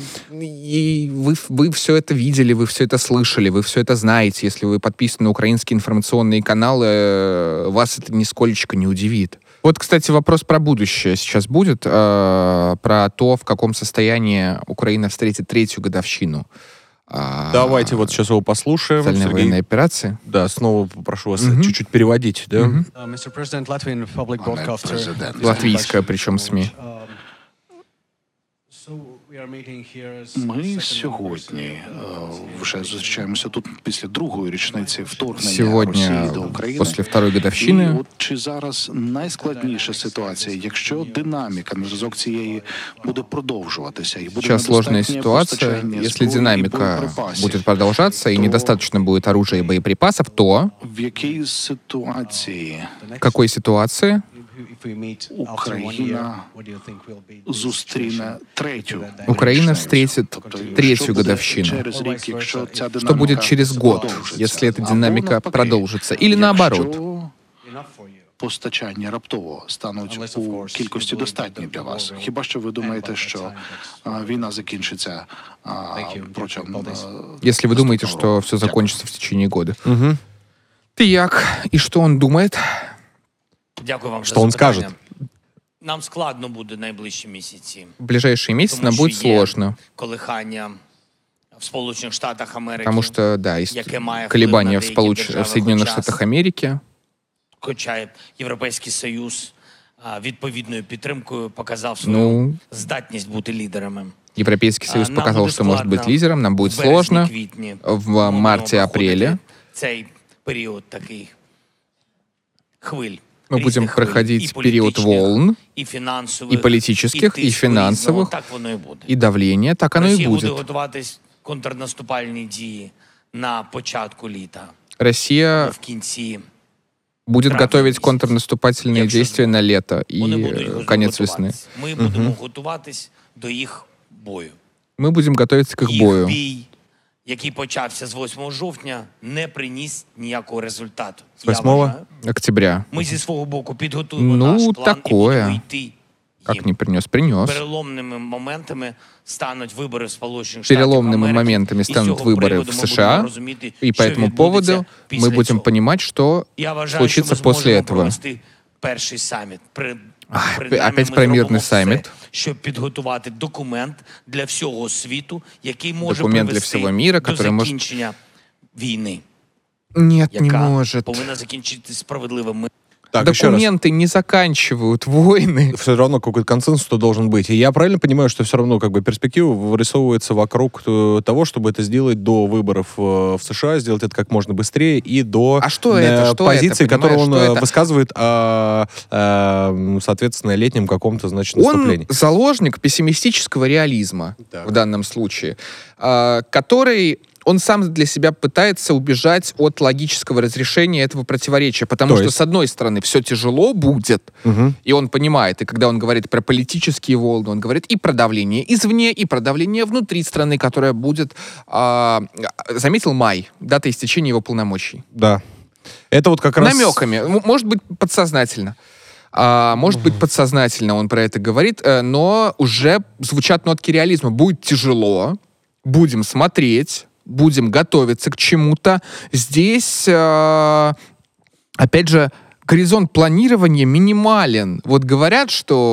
И вы, вы все это видели, вы все это слышали, вы все это знаете. Если вы подписаны на украинские информационные каналы, э, вас это нисколечко не удивит. Вот, кстати, вопрос про будущее сейчас будет, э, про то, в каком состоянии Украина встретит третью годовщину. э, Давайте вот сейчас его послушаем. специальной Сергей. военной операции. Да, снова попрошу вас Мгм. чуть-чуть переводить, да? Мгм. Uh, Mister President, Latvian public broadcaster. Латвийская, причем СМИ. Um, Ми сьогодні е, вже зустрічаємося тут після другої річниці вторгнення Сегодня, Росії до України. после второй І годовщины, от чи зараз найскладніша ситуація, якщо динаміка на зв'язок цієї буде продовжуватися і буде сейчас сложная недостатнє ситуация. постачання Если зброї і динамика боєприпасів, будет продолжаться и то недостаточно будет оружия и боеприпасов, то в якій ситуації в какой ситуации Україна зустріне третю Украина річницю? встретит Тобто, третью що буде годовщину? через рік, якщо ця Что динаміка будет через год, продовжиться? если эта Або динамика навпаки, продолжится? Или якщо наоборот? постачання раптово стануть у кількості достатні для вас. Хіба що ви думаєте, що а, війна закінчиться а, протягом а, Если вы думаете, наступного что року? все Дякую. закончится в течение года. Ты як? И что он думает? Дякую вам Що за він запитання. скаже? Нам складно буде найближчі місяці. В ближайшие месяцы Тому нам що будет є сложно. колихання в Сполучених Штатах Америки, Потому что, да, есть яке має вплив колебания на в, деякі Сполуч... держави, в Соединенных хоча- Штатах Америки. хоча Європейський Союз а, відповідною підтримкою показав свою Ну, здатність бути лідерами. Европейский Союз А, нам показал, буде что может быть складно лидером, нам будет в березні, сложно. квітні. В Ми будемо марте-апреле проходити цей період такий хвиль. мы будем різних хвиль, проходить і период політичних, волн і фінансових, и политических, і и тиску різного. финансовых, Так воно і буде. и давления. Так оно и Росія буде будет. готуватись контрнаступальні дії на початку літа, Россия в кінці. будет травня готовить місяця. контрнаступательные Якщо действия на лето и Вони будуть э, його конец весны. готуватись. Ми будемо готуватись до їх бою. Мы будем готовиться к их Їх бою. бій, який почався з восьмого жовтня, не приніс ніякого результату. З Я восьмого? вважаю. Октября. Ми зі свого боку підготуємо Ну, наш план такое. і будемо йти Как їм. не принес? Принес. Переломними моментами стануть вибори в Сполучених Штатах Переломными Америки. моментами І з станут цього выборы приводу в ми США, будемо розуміти, и по що этому відбудеться поводу після мы будем цього. понимать, что Я вважаю, случится що ми после зможемо этого. провести перший саміт. При, Ах, принаймні опять ми про зробимо мирний все, саміт. щоб підготувати документ для всього світу, який може Документ для привести всего мира, до который может- закінчення війни, Нет, не яка может. повинна закінчитися справедливим миром. Так, еще раз. Документы не заканчивают войны. Все равно какой-то консенсус должен быть. И я правильно понимаю, что все равно как бы перспектива вырисовывается вокруг э, того, чтобы это сделать до выборов э, в США, сделать это как можно быстрее и до А что это? Что позиции, это, которую он понимаешь, что э, это? высказывает о, э, соответственно, летнем каком-то, значит, Он наступлении. заложник пессимистического реализма Да. в данном случае, а, который он сам для себя пытается убежать от логического разрешения этого противоречия, потому То что, есть? с одной стороны, все тяжело будет, Мгм. и он понимает, и когда он говорит про политические волны, он говорит и про давление извне, и про давление внутри страны, которое будет, а, заметил май, дата истечения его полномочий. Да. Это вот как раз... Намеками, м- может быть, подсознательно. А, может быть, подсознательно он про это говорит, э, но уже звучат нотки реализма. Будет тяжело, будем смотреть, будем готовиться к чему-то. Здесь, э, опять же, горизонт планирования минимален. Вот говорят,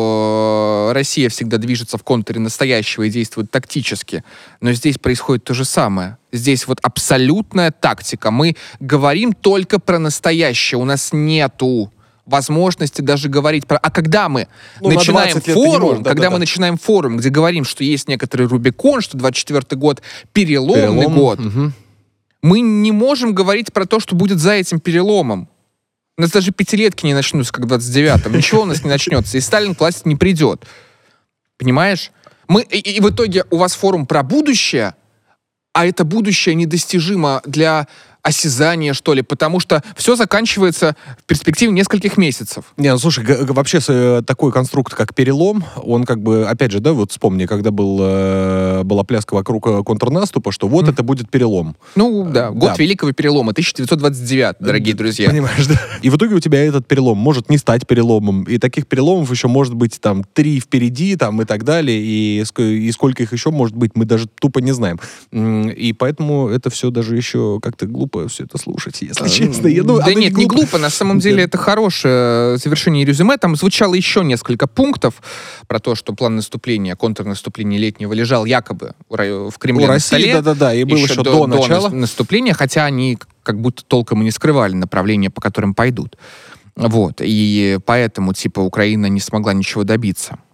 что Россия всегда движется в контуре настоящего и действует тактически, но здесь происходит то же самое. Здесь вот абсолютная тактика. Мы говорим только про настоящее. У нас нету возможности даже говорить про... А когда мы Ну, на начинаем двадцать лет ты не форум, можешь, да, когда да, мы да. начинаем форум, где говорим, что есть некоторый Рубикон, что двадцать четвёртый год переломный Перелом. год, Мгм. мы не можем говорить про то, что будет за этим переломом. У нас даже пятилетки не начнутся, как в двадцать девятом. Ничего у нас не начнется. И Сталин к власти не придет. Понимаешь? Мы, и, и в итоге у вас форум про будущее, а это будущее недостижимо для осязания, что ли, потому что все заканчивается в перспективе нескольких месяцев. Не, ну слушай, г- г- вообще с, э, такой конструкт, как перелом, он как бы, опять же, да, вот вспомни, когда был, э, была пляска вокруг э, контрнаступа, что вот это будет перелом. Ну, да, год Да. Великого Перелома, тысяча девятьсот двадцать девятый, дорогие друзья. Понимаешь, да? И в итоге у тебя этот перелом может не стать переломом, и таких переломов еще может быть там три впереди, там и так далее, и, ск- и сколько их еще может быть, мы даже тупо не знаем. М, И поэтому это все даже еще как-то глупо все это слушать, если честно. Я, ну, да оно нет, не глупо. На самом деле это хорошее завершение резюме. Там звучало еще несколько пунктов про то, что план наступления, контрнаступления летнего лежал якобы в Ро- в Кремле У на России, столе. да-да-да, и было еще до начала. нас- наступления, хотя они как будто толком и не скрывали направление, по которым пойдут. Вот. И поэтому, типа, Украина не смогла ничего добиться.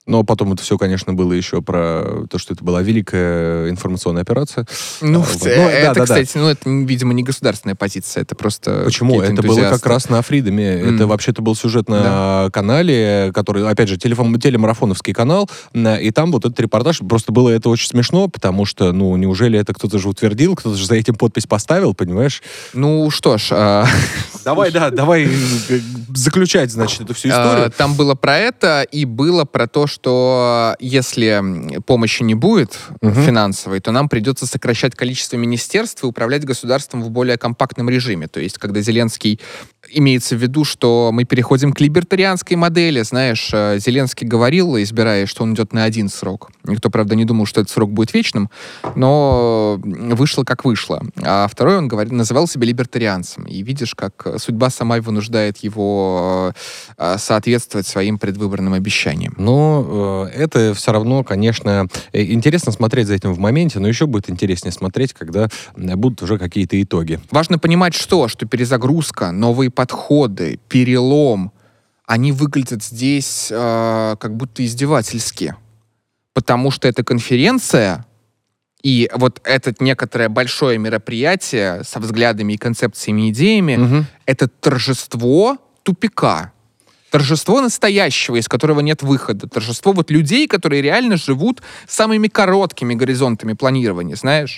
Но потом это все, конечно, было еще про то, что это была великая информационная операция. Ну, А, вот. э, Ну, это, да, да, кстати, да. ну, это, видимо, не государственная позиция, это просто... Почему? какие-то Это было как энтузиасты. раз на Фридоме. Mm. Это вообще-то был сюжет на Да. канале, который, опять же, телефон, телемарафоновский канал, на- и там вот этот репортаж, просто было это очень смешно, потому что, ну, неужели это кто-то же утвердил, кто-то же за этим подпись поставил, понимаешь? Ну, что ж... а, Давай, да, давай э, заключать, значит, эту всю а, историю. Там было про это, и было про то, что если помощи не будет Мгм. финансовой, то нам придется сокращать количество министерств и управлять государством в более компактном режиме. То есть, когда Зеленский... Имеется в виду, что мы переходим к либертарианской модели. Знаешь, э, Зеленский говорил, избирая, что он идет на один срок. Никто, правда, не думал, что этот срок будет вечным, но вышло как вышло. А второй он говорит, называл себя либертарианцем. И видишь, как судьба сама вынуждает его э, соответствовать своим предвыборным обещаниям. Но э, это все равно, конечно, э, интересно смотреть за этим в моменте, но еще будет интереснее смотреть, когда э, будут уже какие-то итоги. Важно понимать, что, что перезагрузка, новые подходы, перелом, они выглядят здесь э, как будто издевательски. Потому что это конференция, и вот это некоторое большое мероприятие со взглядами и концепциями, идеями, Мгм. это торжество тупика. Торжество настоящего, из которого нет выхода. Торжество вот людей, которые реально живут самыми короткими горизонтами планирования, знаешь?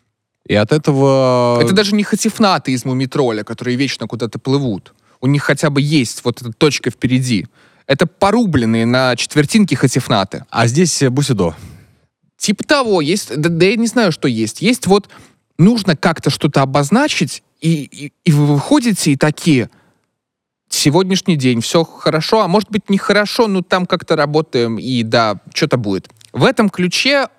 И от этого... Это даже не хатифнаты из Мумитроля, которые вечно куда-то плывут. У них хотя бы есть вот эта точка впереди. Это порубленные на четвертинки хатифнаты. А здесь э, Бусидо. Типа того, есть, да, да я не знаю, что есть. Есть вот, нужно как-то что-то обозначить, и, и, и вы выходите и такие, сегодняшний день, все хорошо, а может быть нехорошо, но там как-то работаем, и да, что-то будет. В этом ключе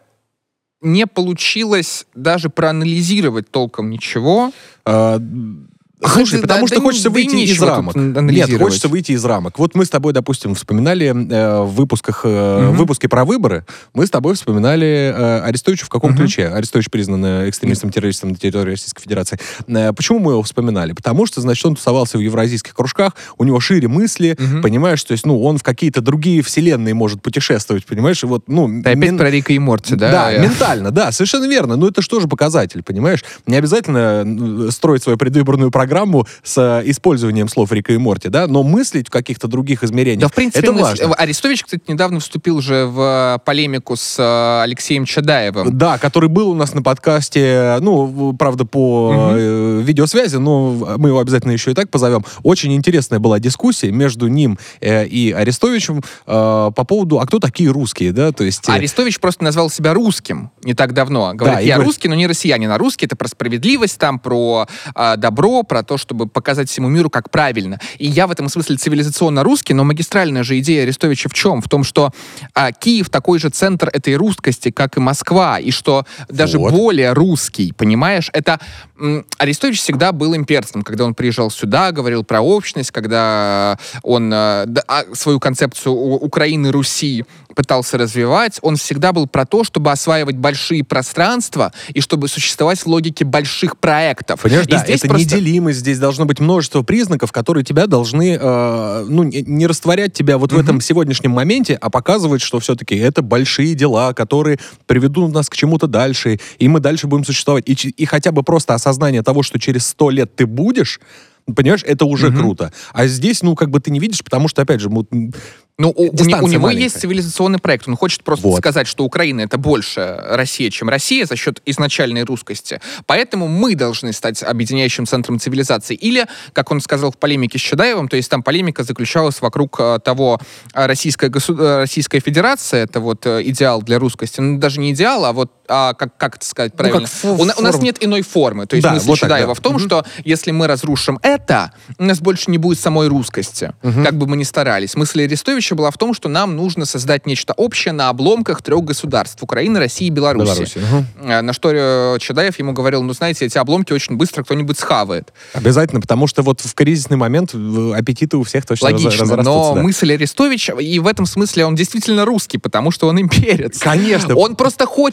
не получилось даже проанализировать толком ничего. А, Слушай, Да, потому да, что да хочется не- да выйти и из нечего рамок. тут Нет, анализировать. хочется выйти из рамок. Вот мы с тобой, допустим, вспоминали э, в выпусках, э, Мгм. в выпуске про выборы, мы с тобой вспоминали э, Арестовича в каком Мгм. ключе? Арестович признан э, экстремистом-террористом на территории Российской Федерации. Э, почему мы его вспоминали? Потому что, значит, он тусовался в евразийских кружках, у него шире мысли, Мгм. понимаешь, то есть, ну, он в какие-то другие вселенные может путешествовать, понимаешь, и вот, ну... Ты опять мен- про Рика и Морти, да? Да, Я- ментально, да, совершенно верно. Но это же тоже показатель, понимаешь? Не обязательно м, строить свою предвыборную программу с э, использованием слов Рика и Морти, да, но мыслить в каких-то других измерениях. Да, в принципе, это мы с- важно. Арестович, кстати, недавно вступил же в э, полемику с э, Алексеем Чадаевым. Да, который был у нас на подкасте, ну, в- правда, по Мгм. э, видеосвязи, но мы его обязательно еще и так позовем. Очень интересная была дискуссия между ним э, и Арестовичем э, по поводу, а кто такие русские, да, то есть... э, Арестович просто назвал себя русским не так давно. Говорит, Да, и я говорит- русский, но не россиянин. А русский — это про справедливость, там, про э, добро, про то, чтобы показать всему миру, как правильно. И я в этом смысле цивилизационно русский, но магистральная же идея Арестовича в чем? В том, что а, Киев такой же центр этой русскости, как и Москва, и что даже Вот. более русский, понимаешь? Это м, Арестович всегда был имперцем, когда он приезжал сюда, говорил про общность, когда он э, да, а, свою концепцию У- Украины, Руси пытался развивать, он всегда был про то, чтобы осваивать большие пространства и чтобы существовать в логике больших проектов. Понимаешь, И да, здесь это просто- неделимость, здесь должно быть множество признаков, которые тебя должны, э, ну, не, не растворять тебя вот в Мгм. этом сегодняшнем моменте, а показывать, что все-таки это большие дела, которые приведут нас к чему-то дальше, и мы дальше будем существовать. И, ч- и хотя бы просто осознание того, что через сто лет ты будешь, понимаешь, это уже Мгм. круто. А здесь, ну, как бы ты не видишь, потому что, опять же, мы- Ну, у, у не- у дистанция него маленькая. есть цивилизационный проект. Он хочет просто Вот. сказать, что Украина — это больше Россия, чем Россия за счет изначальной русскости. Поэтому мы должны стать объединяющим центром цивилизации. Или, как он сказал в полемике с Чадаевым, то есть там полемика заключалась вокруг э, того, э, Российская, госу- э, Российская Федерация — это вот э, идеал для русскости. Ну, даже не идеал, а вот, а, как, как это сказать правильно? как фо- у, на- у нас форм- нет иной формы. То есть Да, мысль вот так, Чадаева да. в том, Мгм. что если мы разрушим это, у нас больше не будет самой русскости. Как бы мы ни старались. Мысль Арестовича была в том, что нам нужно создать нечто общее на обломках трех государств: Украины, России и Беларуси. Беларуси, ага. Э, На что э, Чадаев ему говорил: ну, знаете, эти обломки очень быстро кто-нибудь схавает. Обязательно, потому что вот в кризисный момент э, аппетиты у всех точно раз- Логично. разрастутся. Но да. мысль Арестовича, и в этом смысле он действительно русский, потому что он имперец. Конечно. Он просто хочет... э,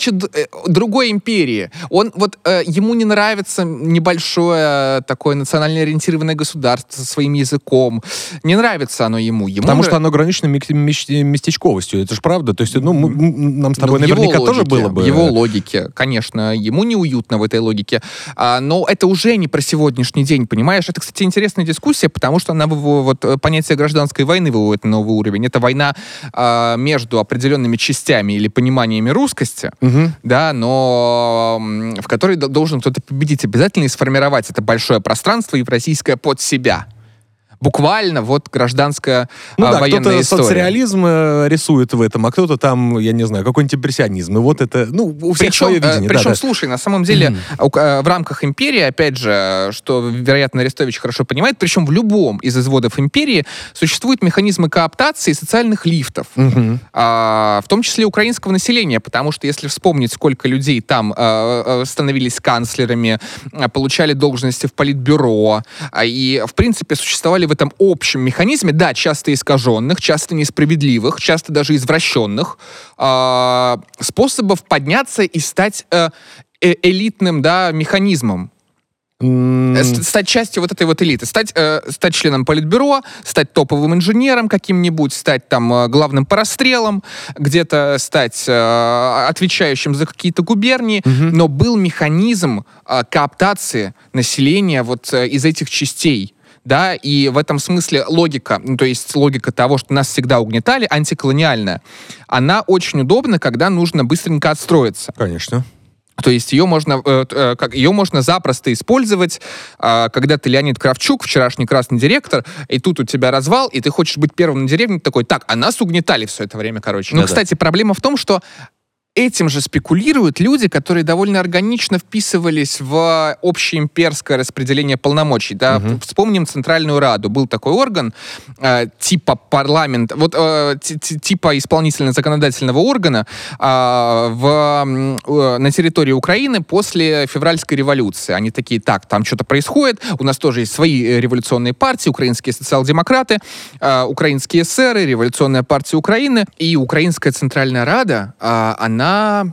другой империи. Он вот э, ему не нравится небольшое такое национально ориентированное государство со своим языком. Не нравится оно ему. ему Потому нрав... что оно ограничено местечковостью. Это же правда. То есть, ну, мы, нам с тобой ну, наверняка логике, тоже было бы... В его логике, конечно. Ему неуютно в этой логике. А, но это уже не про сегодняшний день, понимаешь? Это, кстати, интересная дискуссия, потому что она вот, понятие гражданской войны выводит на новый уровень. Это война а, между определенными частями или пониманиями русскости, угу. да, но в которой должен кто-то победить обязательно и сформировать это большое пространство евразийское под себя. Буквально вот гражданская ну, а, да, военная история. Кто-то социализм э, рисует в этом, а кто-то там, я не знаю, какой-нибудь импрессионизм. И вот это, ну, у всех причем, свое видение. Причем, да, да. слушай, на самом деле mm-hmm. в рамках империи, опять же, что, вероятно, Арестович хорошо понимает, причем в любом из изводов империи существуют механизмы кооптации социальных лифтов, mm-hmm. а, в том числе украинского населения, потому что если вспомнить, сколько людей там а, становились канцлерами, а, получали должности в политбюро, а, и, в принципе, существовали в этом общем механизме, да, часто искаженных, часто несправедливых, часто даже извращенных э, способов подняться и стать э, э, элитным, да, механизмом. Mm. Стать частью вот этой вот элиты. Стать, э, стать членом политбюро, стать топовым инженером каким-нибудь, стать там э, главным по расстрелам, где-то стать э, отвечающим за какие-то губернии. Mm-hmm. Но был механизм э, кооптации населения вот э, из этих частей. Да, и в этом смысле логика, ну, то есть логика того, что нас всегда угнетали, антиколониальная, она очень удобна, когда нужно быстренько отстроиться. Конечно. То есть ее можно, э, э, как, ее можно запросто использовать, э, когда ты Леонид Кравчук, вчерашний красный директор, и тут у тебя развал, и ты хочешь быть первым на деревне, такой, так, а нас угнетали все это время, короче. Ну, да-да. Кстати, проблема в том, что этим же спекулируют люди, которые довольно органично вписывались в общеимперское распределение полномочий. Да? Угу. Вспомним Центральную Раду. Был такой орган э, типа парламент, вот э, т- т- типа исполнительно-законодательного органа э, в, э, на территории Украины после февральской революции. Они такие, так, там что-то происходит, у нас тоже есть свои революционные партии, украинские социал-демократы, э, украинские эсеры, революционная партия Украины и Украинская Центральная Рада, э, она Она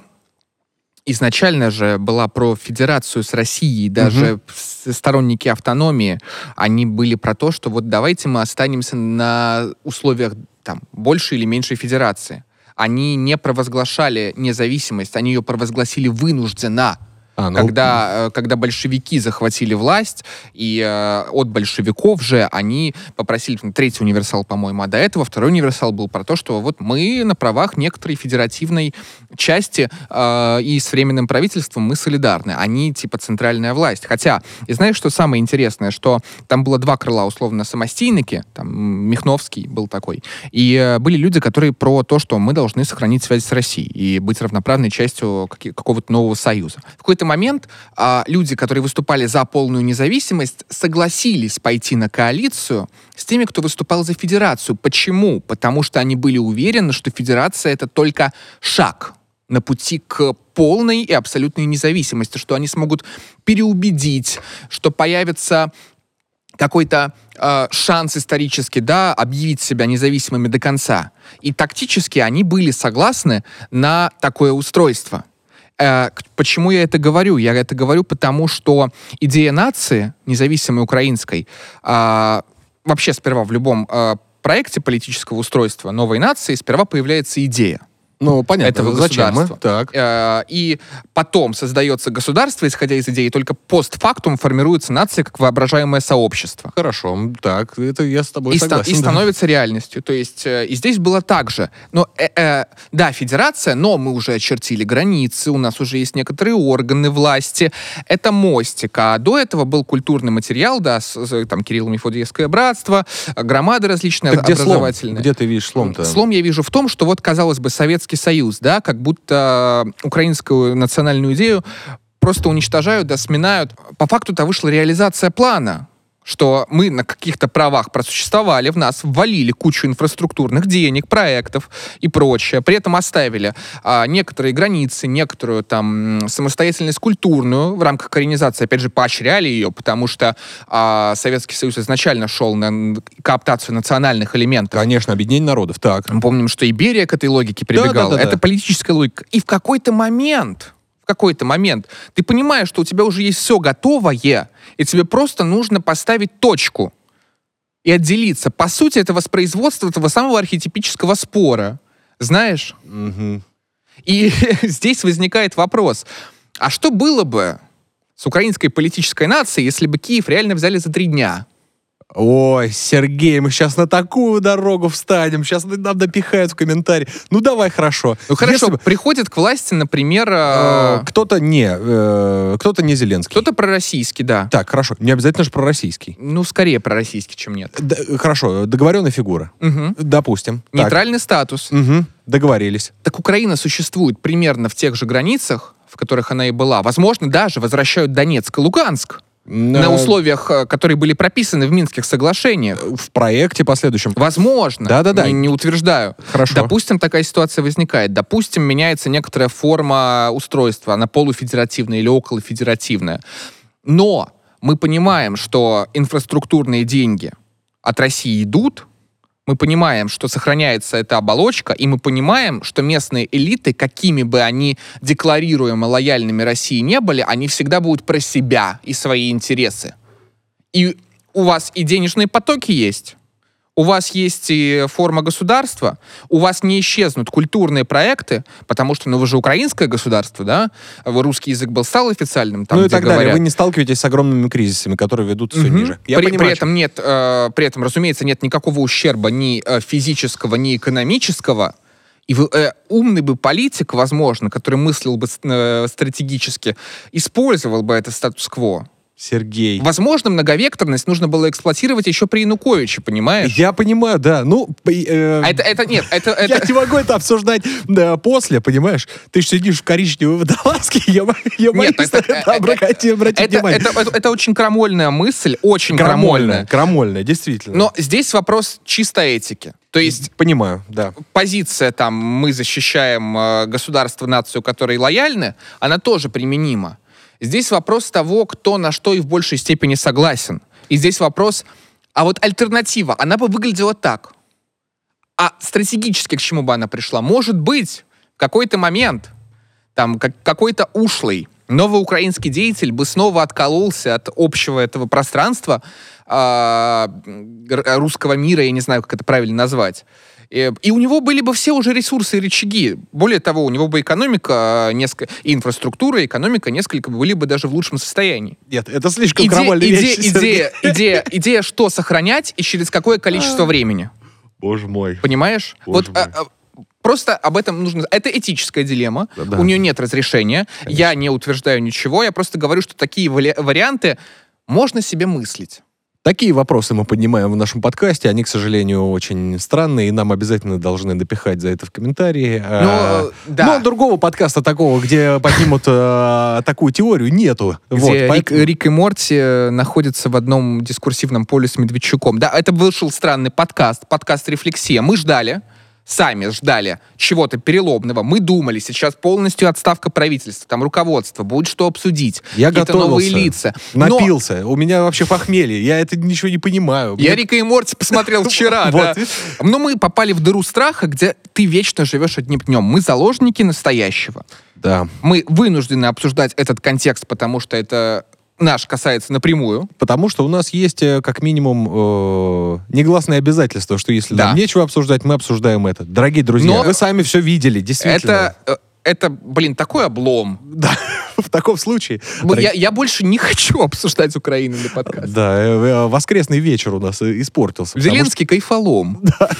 изначально же была про федерацию с Россией, даже угу. сторонники автономии, они были про то, что вот давайте мы останемся на условиях там, большей или меньшей федерации. Они не провозглашали независимость, они ее провозгласили вынужденно. А, ну... когда, когда большевики захватили власть, и э, от большевиков же они попросили, третий универсал, по-моему, а до этого второй универсал был про то, что вот мы на правах некоторой федеративной части э, и с временным правительством мы солидарны. Они типа центральная власть. Хотя, и знаешь, что самое интересное, что там было два крыла, условно, самостийники, там Михновский был такой, и э, были люди, которые про то, что мы должны сохранить связь с Россией и быть равноправной частью каки- какого-то нового союза. В какой-то момент а, люди, которые выступали за полную независимость, согласились пойти на коалицию с теми, кто выступал за федерацию. Почему? Потому что они были уверены, что федерация — это только шаг на пути к полной и абсолютной независимости, что они смогут переубедить, что появится какой-то э, шанс исторически, да, объявить себя независимыми до конца. И тактически они были согласны на такое устройство. Почему я это говорю? Я это говорю потому, что идея нации, независимой украинской, э, вообще сперва в любом э, проекте политического устройства новой нации сперва появляется идея. Ну, понятно. Этого Зачем? государства. Так. Э, и потом создается государство, исходя из идеи, только постфактум формируется нация как воображаемое сообщество. Хорошо, так, это я с тобой и согласен. Ста- и да. становится реальностью. То есть э, и здесь было так же. Но, э, э, да, федерация, но мы уже очертили границы, у нас уже есть некоторые органы власти. Это мостик. А до этого был культурный материал, да, с, с, там Кирилло-Мефодиевское братство, громады различные, так образовательные. Где, где ты видишь слом-то? Слом я вижу в том, что вот, казалось бы, Советский Союз, да, как будто украинскую национальную идею просто уничтожают, да, сминают. По факту-то вышла реализация плана, что мы на каких-то правах просуществовали, в нас ввалили кучу инфраструктурных денег, проектов и прочее. При этом оставили а, некоторые границы, некоторую там самостоятельность культурную в рамках коренизации. Опять же, поощряли ее, потому что а, Советский Союз изначально шел на кооптацию национальных элементов. Конечно, объединение народов, так. Мы помним, что и Берия к этой логике прибегал. Да, да, да, Это да. политическая логика. И в какой-то момент в какой-то момент. Ты понимаешь, что у тебя уже есть все готовое, и тебе просто нужно поставить точку и отделиться. По сути, это воспроизводство этого самого архетипического спора. Знаешь? Угу. И здесь возникает вопрос, а что было бы с украинской политической нацией, если бы Киев реально взяли за три дня? Ой, Сергей, мы сейчас на такую дорогу встанем, сейчас нам напихают в комментарии. Ну, давай, хорошо. Ну, хорошо, Если бы- приходит к власти, например, Э, э, Кто-то не, э, кто-то не Зеленский. кто-то пророссийский, да. Так, хорошо, не обязательно же пророссийский. Ну, скорее пророссийский, чем нет. Д- хорошо, договоренная фигура. Мгм. Допустим. Так. Нейтральный статус. Мгм, договорились. Так Украина существует примерно в тех же границах, в которых она и была. Возможно, даже возвращают Донецк и Луганск на Э, условиях, э, которые были прописаны в Минских соглашениях. В проекте последующем. Возможно. Да-да-да. Не, не утверждаю. Хорошо. Допустим, такая ситуация возникает. Допустим, меняется некоторая форма устройства. Она полуфедеративная или околофедеративная. Но мы понимаем, что инфраструктурные деньги от России идут. Мы понимаем, что сохраняется эта оболочка, и мы понимаем, что местные элиты, какими бы они декларируемо лояльными России не были, они всегда будут про себя и свои интересы. И у вас и денежные потоки есть, у вас есть и форма государства, у вас не исчезнут культурные проекты, потому что, ну, вы же украинское государство, да? Русский язык был стал официальным, там, ну и где так далее. говорят. Вы не сталкиваетесь с огромными кризисами, которые ведут все Мгм. ниже. Я при, понимаю, при этом нет, э, при этом, разумеется, нет никакого ущерба ни э, физического, ни экономического. И вы, э, умный бы политик, возможно, который мыслил бы с- э, стратегически, использовал бы это статус-кво. Сергей. Возможно, многовекторность нужно было эксплуатировать еще при Януковиче, понимаешь? Я понимаю, да. Ну, п- э, А это, это нет, это, я это, не могу это обсуждать да, после, понимаешь? Ты же сидишь в коричневой водолазке, я, мо- я Нет, боюсь это- на это обратить, обратить это, внимание. это, это- это очень крамольная мысль, очень Крамольная, крамольная. крамольная, действительно. Но здесь вопрос чисто этики. То есть Понимаю, да. позиция там «мы защищаем э, государство, нацию, которые лояльны», она тоже применима. Здесь вопрос того, кто на что и в большей степени согласен. И здесь вопрос, а вот альтернатива, она бы выглядела так. А стратегически к чему бы она пришла? Может быть, в какой-то момент там как, какой-то ушлый новый украинский деятель бы снова откололся от общего этого пространства э, русского мира, я не знаю, как это правильно назвать. И, и у него были бы все уже ресурсы и рычаги. Более того, у него бы экономика, несколько, и инфраструктура, и экономика несколько были бы даже в лучшем состоянии. Нет, это слишком Иде- крамольная идея, вещь, Сергей. идея, идея, идея, что сохранять и через какое количество времени. Боже мой. Понимаешь? Боже вот а, а, просто об этом нужно... Это этическая дилемма. Да-да. У нее нет разрешения. Я не утверждаю ничего. Я просто говорю, что такие вали- варианты можно себе мыслить. Такие вопросы мы поднимаем в нашем подкасте. Они, к сожалению, очень странные, и нам обязательно должны напихать за это в комментарии. А, Ну, да. Но другого подкаста такого, где поднимут э, такую теорию, нету. Где Вот, Рик, поэтому- Рик и Морти э, находятся в одном дискурсивном поле с Медведчуком. Да, это вышел странный подкаст, подкаст «Рефлексия». Мы ждали, сами ждали чего-то переломного. Мы думали, сейчас полностью отставка правительства, там руководство, будет что обсудить. Я какие-то готовился, новые лица. Но напился. У меня вообще похмелье. Я это ничего не понимаю. я Мне- Рика и Морти посмотрел вчера, да. Вот. Но мы попали в дыру страха, где ты вечно живешь одним днем. Мы заложники настоящего. Да. Мы вынуждены обсуждать этот контекст, потому что это наш касается напрямую. Потому что у нас есть, э, как минимум, э, негласное обязательство, что если Да. нам нечего обсуждать, мы обсуждаем это. Дорогие друзья, Но вы сами все видели, действительно. Это, э, это, блин, такой облом. Да, в таком случае. Б- Я, я больше не хочу обсуждать Украину на подкасте. Да, э, э, воскресный вечер у нас э, испортился. потому Зеленский кайфолом.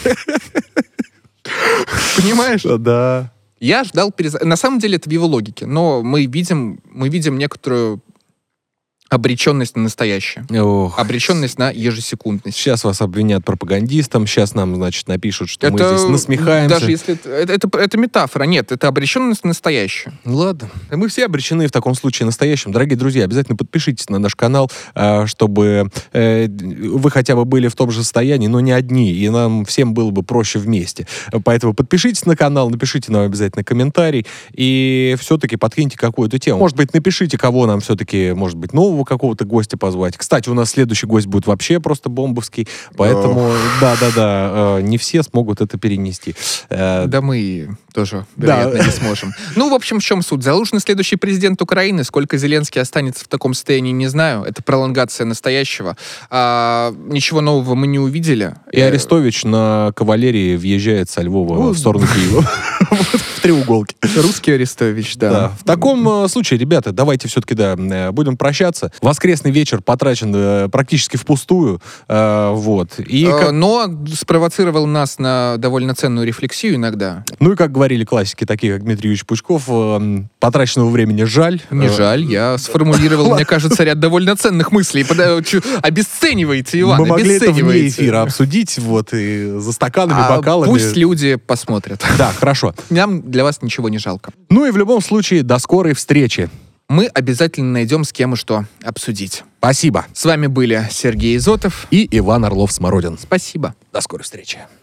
Понимаешь? что- Да. Я ждал перез... На самом деле это в его логике, но мы видим, мы видим некоторую обреченность на настоящее. Ох. Обреченность на ежесекундность. Сейчас вас обвинят пропагандистом, сейчас нам, значит, напишут, что мы Это здесь насмехаемся. даже если это, это, это- это метафора, нет, это обреченность на настоящее. Ну ладно. Мы все обречены в таком случае настоящим. Дорогие друзья, обязательно подпишитесь на наш канал, а, чтобы э, вы хотя бы были в том же состоянии, но не одни, и нам всем было бы проще вместе. Поэтому подпишитесь на канал, напишите нам обязательно комментарий, и все-таки подкиньте какую-то тему. Может быть, напишите, кого нам все-таки, может быть, нового нового какого-то гостя позвать. Кстати, у нас следующий гость будет вообще просто бомбовский, поэтому, да-да-да, не все смогут это перенести. Да мы тоже, вероятно, да. не сможем. Ну, в общем, в чем суть? Залужный следующий президент Украины. Сколько Зеленский останется в таком состоянии, не знаю. Это пролонгация настоящего. А, ничего нового мы не увидели. И Арестович на кавалерии въезжает со Львова в сторону Киева. В треуголке. Русский Арестович, да. В таком случае, ребята, давайте все-таки, да, будем прощаться. Воскресный вечер потрачен практически впустую. Вот. И как... Но спровоцировал нас на довольно ценную рефлексию иногда. Ну и, как говорили классики, такие как Дмитрий Юрьевич Пучков, потраченного времени жаль. Не жаль, я сформулировал, мне кажется, ряд довольно ценных мыслей. Обесцениваете, Иван, мы могли это вне эфира обсудить, вот, и за стаканами, а бокалами. Пусть люди посмотрят. Да, хорошо. Нам для вас ничего не жалко. Ну и в любом случае, до скорой встречи. Мы обязательно найдем с кем и что обсудить. Спасибо. С вами были Сергей Изотов и Иван Орлов-Смородин. Спасибо. До скорой встречи.